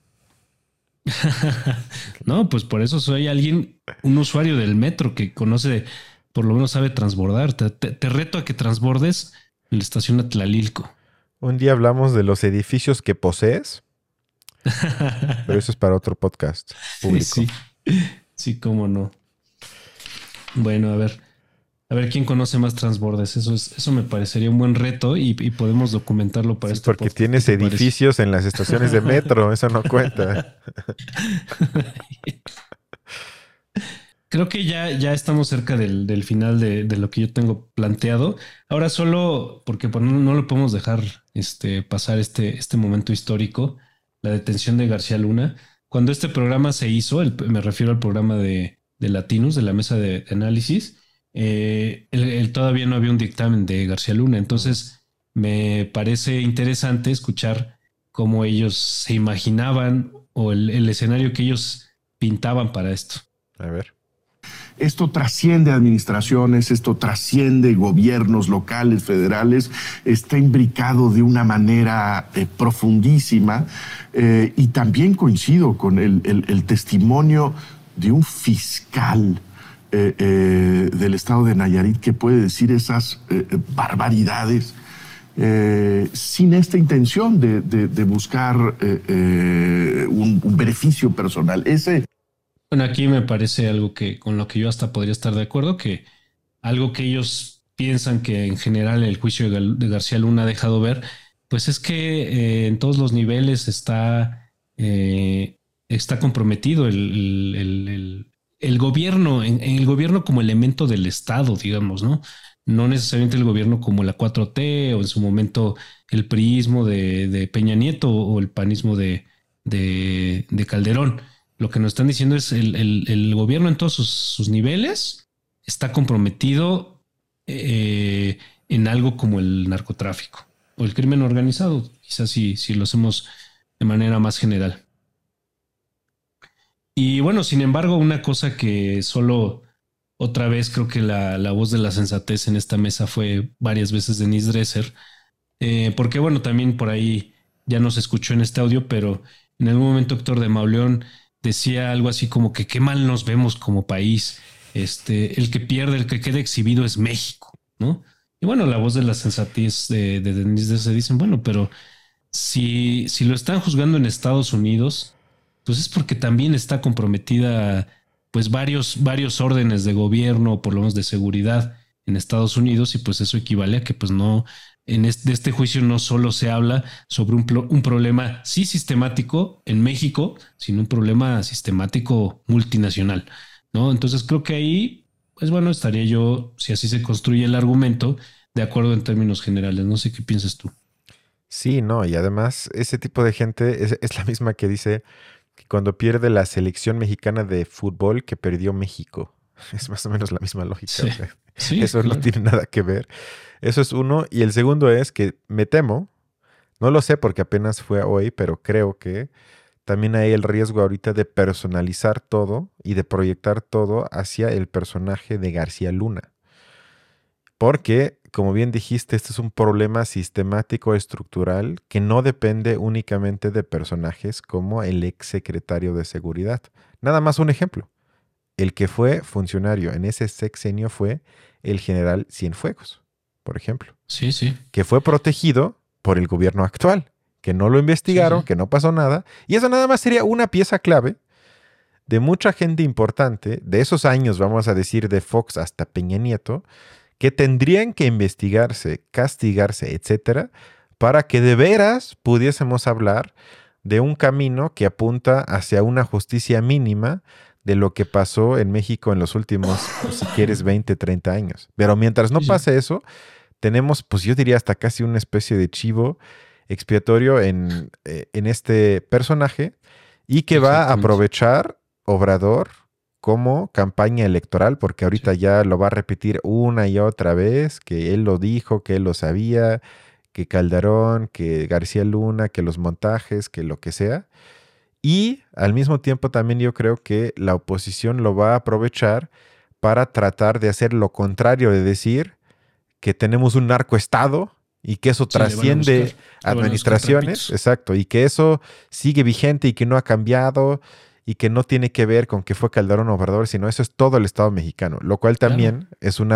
No, pues por eso soy un usuario del metro que conoce, por lo menos sabe transbordar. Te reto a que transbordes en la estación Atlalilco. Un día hablamos de los edificios que posees, pero eso es para otro podcast público. Sí, sí, cómo no. Bueno, a ver quién conoce más transbordes. Eso me parecería un buen reto y podemos documentarlo para Sí, este porque podcast. tienes ¿Qué te parece? edificios en las estaciones de metro, eso no cuenta. Creo que ya estamos cerca del final de lo que yo tengo planteado. Ahora solo, porque pues, no lo podemos dejar pasar este momento histórico, la detención de García Luna. Cuando este programa se hizo, me refiero al programa de Latinos, de la mesa de análisis, él todavía no había un dictamen de García Luna. Entonces me parece interesante escuchar cómo ellos se imaginaban o el escenario que ellos pintaban para esto. A ver. Esto trasciende administraciones, esto trasciende gobiernos locales, federales, está imbricado de una manera profundísima y también coincido con el testimonio de un fiscal del estado de Nayarit que puede decir esas barbaridades sin esta intención de buscar un beneficio personal. Bueno, aquí me parece algo con lo que yo hasta podría estar de acuerdo, que algo que ellos piensan que en general el juicio de García Luna ha dejado ver, pues es que en todos los niveles está comprometido el gobierno, en el gobierno como elemento del Estado, digamos, ¿no? No necesariamente el gobierno como la 4T o en su momento el priismo de Peña Nieto o el panismo de Calderón. Lo que nos están diciendo es el gobierno en todos sus niveles está comprometido en algo como el narcotráfico o el crimen organizado, quizás si lo hacemos de manera más general. Y bueno, sin embargo, una cosa que solo otra vez creo que la voz de la sensatez en esta mesa fue varias veces Denise Dresser, porque bueno, también por ahí ya no se escuchó en este audio, pero en algún momento Héctor de Mauleón decía algo así como que qué mal nos vemos como país. El que pierde, el que queda exhibido es México, ¿no? Y bueno, la voz de la sensatez de Denise se dicen, bueno, pero si lo están juzgando en Estados Unidos, pues es porque también está comprometida pues varios órdenes de gobierno, por lo menos de seguridad en Estados Unidos, y pues eso equivale a que pues no, de este juicio no solo se habla sobre un problema sí sistemático en México, sino un problema sistemático multinacional, ¿no? Entonces creo que ahí, pues bueno, estaría yo, si así se construye el argumento, de acuerdo en términos generales. No sé qué piensas tú. Sí, no, y además ese tipo de gente es la misma que dice que cuando pierde la selección mexicana de fútbol que perdió México. Es más o menos la misma lógica. Sí, O sea, sí, eso claro. no tiene nada que ver. Eso es uno. Y el segundo es que me temo, no lo sé porque apenas fue hoy, pero creo que también hay el riesgo ahorita de personalizar todo y de proyectar todo hacia el personaje de García Luna. Porque, como bien dijiste, este es un problema sistemático estructural que no depende únicamente de personajes como el ex secretario de Seguridad. Nada más un ejemplo. El que fue funcionario en ese sexenio fue el general Cienfuegos, por ejemplo. Sí, sí. Que fue protegido por el gobierno actual, que no lo investigaron, Sí, sí. que no pasó nada. Y eso nada más sería una pieza clave de mucha gente importante, de esos años, vamos a decir, de Fox hasta Peña Nieto, que tendrían que investigarse, castigarse, etcétera, para que de veras pudiésemos hablar de un camino que apunta hacia una justicia mínima de lo que pasó en México en los últimos, pues, si quieres, 20, 30 años. Pero mientras no Sí, sí. pase eso, tenemos, pues yo diría hasta casi una especie de chivo expiatorio en este personaje y que va a Exactamente. aprovechar Obrador como campaña electoral, porque ahorita ya lo va a repetir una y otra vez, que él lo dijo, que él lo sabía, que Calderón, que García Luna, que los montajes, que lo que sea. Y al mismo tiempo también yo creo que la oposición lo va a aprovechar para tratar de hacer lo contrario, de decir que tenemos un narcoestado y que eso Sí, le van a trasciende buscar- le van a buscar administraciones, trapitos. exacto, y que eso sigue vigente y que no ha cambiado y que no tiene que ver con que fue Calderón o Obrador, sino eso es todo el Estado mexicano, lo cual Claro. también es una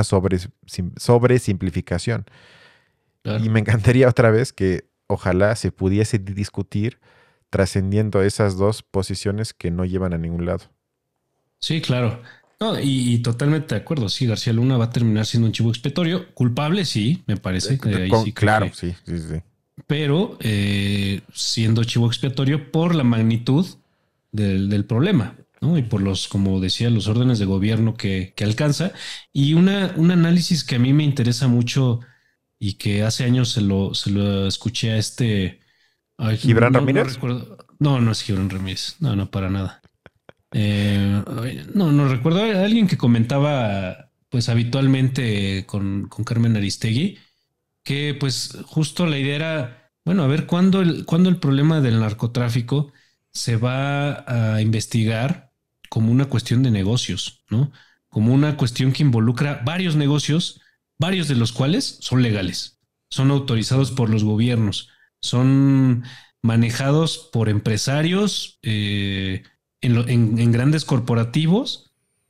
sobresimplificación. Claro. Y me encantaría otra vez que ojalá se pudiese discutir trascendiendo esas dos posiciones que no llevan a ningún lado. Sí, claro. No, y totalmente de acuerdo. Sí, García Luna va a terminar siendo un chivo expiatorio. Culpable, sí, me parece. Ahí sí creo Claro, que- sí, sí, sí. Pero siendo chivo expiatorio por la magnitud del problema, ¿no? Y por los, como decía, los órdenes de gobierno que alcanza. Y un análisis que a mí me interesa mucho y que hace años se lo escuché a este... ay, ¿Gibran no Ramírez? recuerdo. No, no es Gibran Ramírez. No, no, para nada. No recuerdo a alguien que comentaba pues habitualmente con Carmen Aristegui que pues justo la idea era, bueno, a ver cuándo el problema del narcotráfico se va a investigar como una cuestión de negocios, ¿no? Como una cuestión que involucra varios negocios, varios de los cuales son legales, son autorizados por los gobiernos, son manejados por empresarios en grandes corporativos,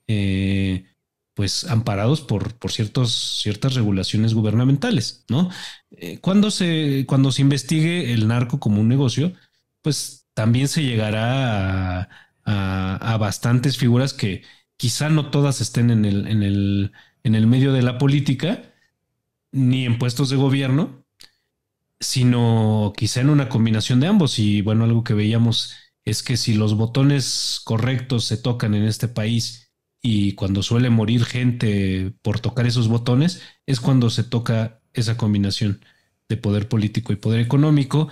pues amparados por ciertas regulaciones gubernamentales, ¿no? Cuando se investigue el narco como un negocio, pues también se llegará a bastantes figuras que quizá no todas estén en el medio de la política, ni en puestos de gobierno, sino quizá en una combinación de ambos. Y bueno, algo que veíamos es que si los botones correctos se tocan en este país y cuando suele morir gente por tocar esos botones, es cuando se toca esa combinación de poder político y poder económico,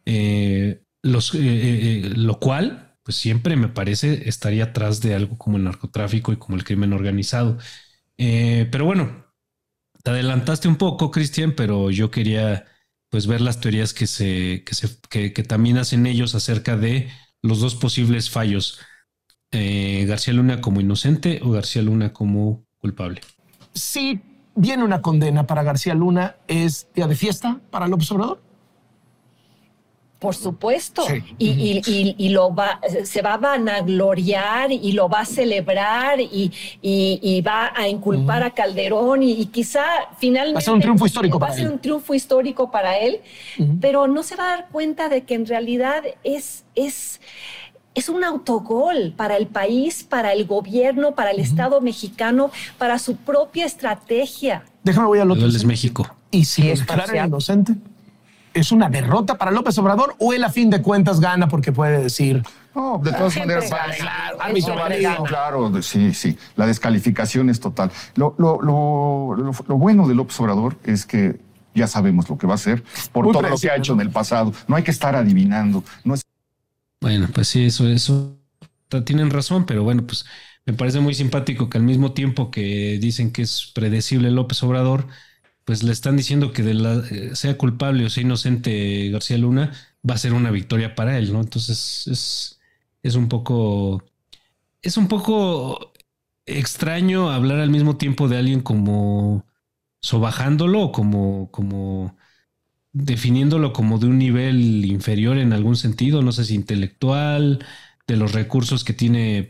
lo cual, pues siempre me parece, estaría atrás de algo como el narcotráfico y como el crimen organizado. Pero bueno, te adelantaste un poco, Cristian, pero yo quería pues ver las teorías que también hacen ellos acerca de los dos posibles fallos. García Luna como inocente o García Luna como culpable. Si viene una condena para García Luna, ¿es día de fiesta para López Obrador? Por supuesto. Sí. Y se va a vanagloriar y lo va a celebrar y va a inculpar a Calderón y quizá finalmente... Va a ser un triunfo histórico para Va a ser él. un triunfo histórico para él, pero no se va a dar cuenta de que en realidad es un autogol para el país, para el gobierno, para el Estado mexicano, para su propia estrategia. Déjame voy al otro. Él es México. ¿Y si Sí, lo es declaran parcial. inocente? ¿Es una derrota para López Obrador o él a fin de cuentas gana porque puede decir... No, de todas Siempre maneras, gana, claro, él árbitro siempre válido, gana. claro, sí. La descalificación es total. Lo bueno de López Obrador es que ya sabemos lo que va a hacer por Muy todo lo que predecible, ha hecho ¿no? en el pasado. No hay que estar adivinando. No es Bueno, pues sí, eso tienen razón, pero bueno, pues me parece muy simpático que al mismo tiempo que dicen que es predecible López Obrador, pues le están diciendo que sea culpable o sea inocente García Luna, va a ser una victoria para él, ¿no? Entonces es un poco extraño hablar al mismo tiempo de alguien como sobajándolo o como definiéndolo como de un nivel inferior en algún sentido, no sé si intelectual, de los recursos que tiene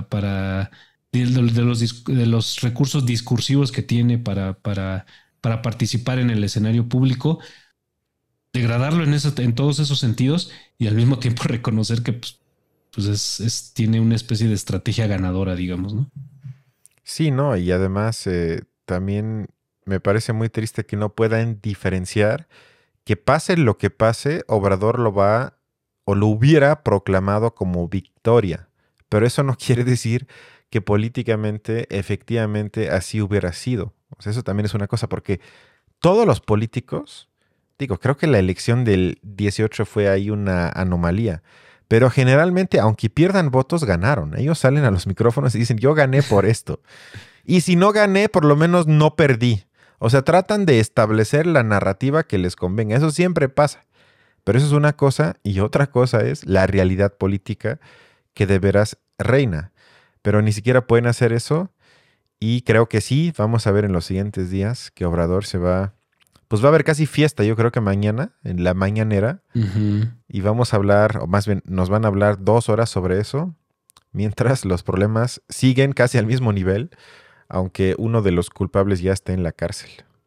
de los recursos discursivos que tiene para participar en el escenario público, degradarlo en todos esos sentidos y al mismo tiempo reconocer que tiene una especie de estrategia ganadora, digamos, ¿no? Sí, no, y además también me parece muy triste que no puedan diferenciar que pase lo que pase, Obrador lo va o lo hubiera proclamado como victoria, pero eso no quiere decir que políticamente, efectivamente, así hubiera sido. O sea, eso también es una cosa, porque todos los políticos, digo, creo que la elección del 18 fue ahí una anomalía, pero generalmente, aunque pierdan votos, ganaron. Ellos salen a los micrófonos y dicen, yo gané por esto. Y si no gané, por lo menos no perdí. O sea, tratan de establecer la narrativa que les convenga. Eso siempre pasa. Pero eso es una cosa, y otra cosa es la realidad política que de veras reina. Pero ni siquiera pueden hacer eso. Y creo que sí, vamos a ver en los siguientes días que Obrador pues va a haber casi fiesta, yo creo que mañana, en la mañanera. Uh-huh. Y vamos a hablar, o más bien nos van a hablar 2 horas sobre eso, mientras los problemas siguen casi al mismo nivel, aunque uno de los culpables ya esté en la cárcel.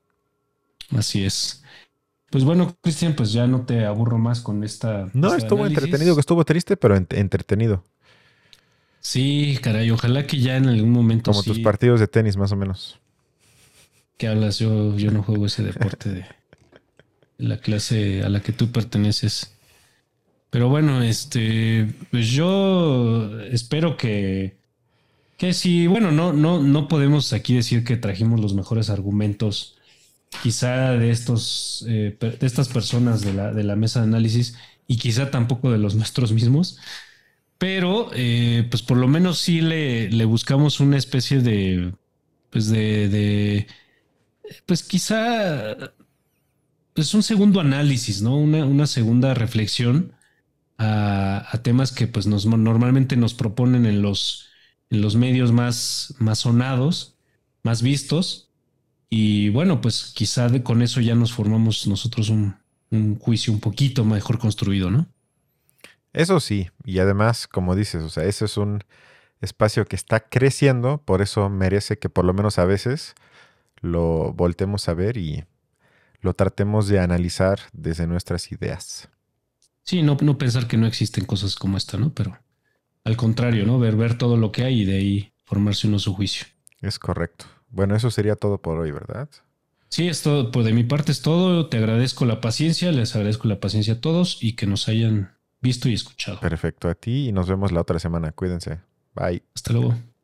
Así es. Pues bueno, Cristian, pues ya no te aburro más con esta. No, este estuvo análisis. entretenido, que estuvo triste, pero entretenido. Sí, caray, ojalá que ya en algún momento Como tus partidos de tenis, más o menos. ¿Qué hablas? Yo no juego ese deporte de la clase a la que tú perteneces. Pero bueno, pues yo espero que sí, bueno, no podemos aquí decir que trajimos los mejores argumentos, quizá de estas personas de la mesa de análisis, y quizá tampoco de los nuestros mismos, pero pues por lo menos sí le buscamos una especie de pues quizá pues un segundo análisis, ¿no? Una segunda reflexión a temas que pues normalmente nos proponen en los medios más sonados, más vistos. Y bueno, pues quizá con eso ya nos formamos nosotros un juicio un poquito mejor construido, ¿no? Eso sí, y además, como dices, o sea, ese es un espacio que está creciendo, por eso merece que por lo menos a veces lo voltemos a ver y lo tratemos de analizar desde nuestras ideas. Sí, no pensar que no existen cosas como esta, ¿no? Pero al contrario, ¿no? Ver todo lo que hay y de ahí formarse uno su juicio. Es correcto. Bueno, eso sería todo por hoy, ¿verdad? Sí, es todo. Pues de mi parte es todo. Te agradezco la paciencia, les agradezco la paciencia a todos y que nos hayan visto y escuchado. Perfecto, a ti y nos vemos la otra semana. Cuídense. Bye. Hasta luego.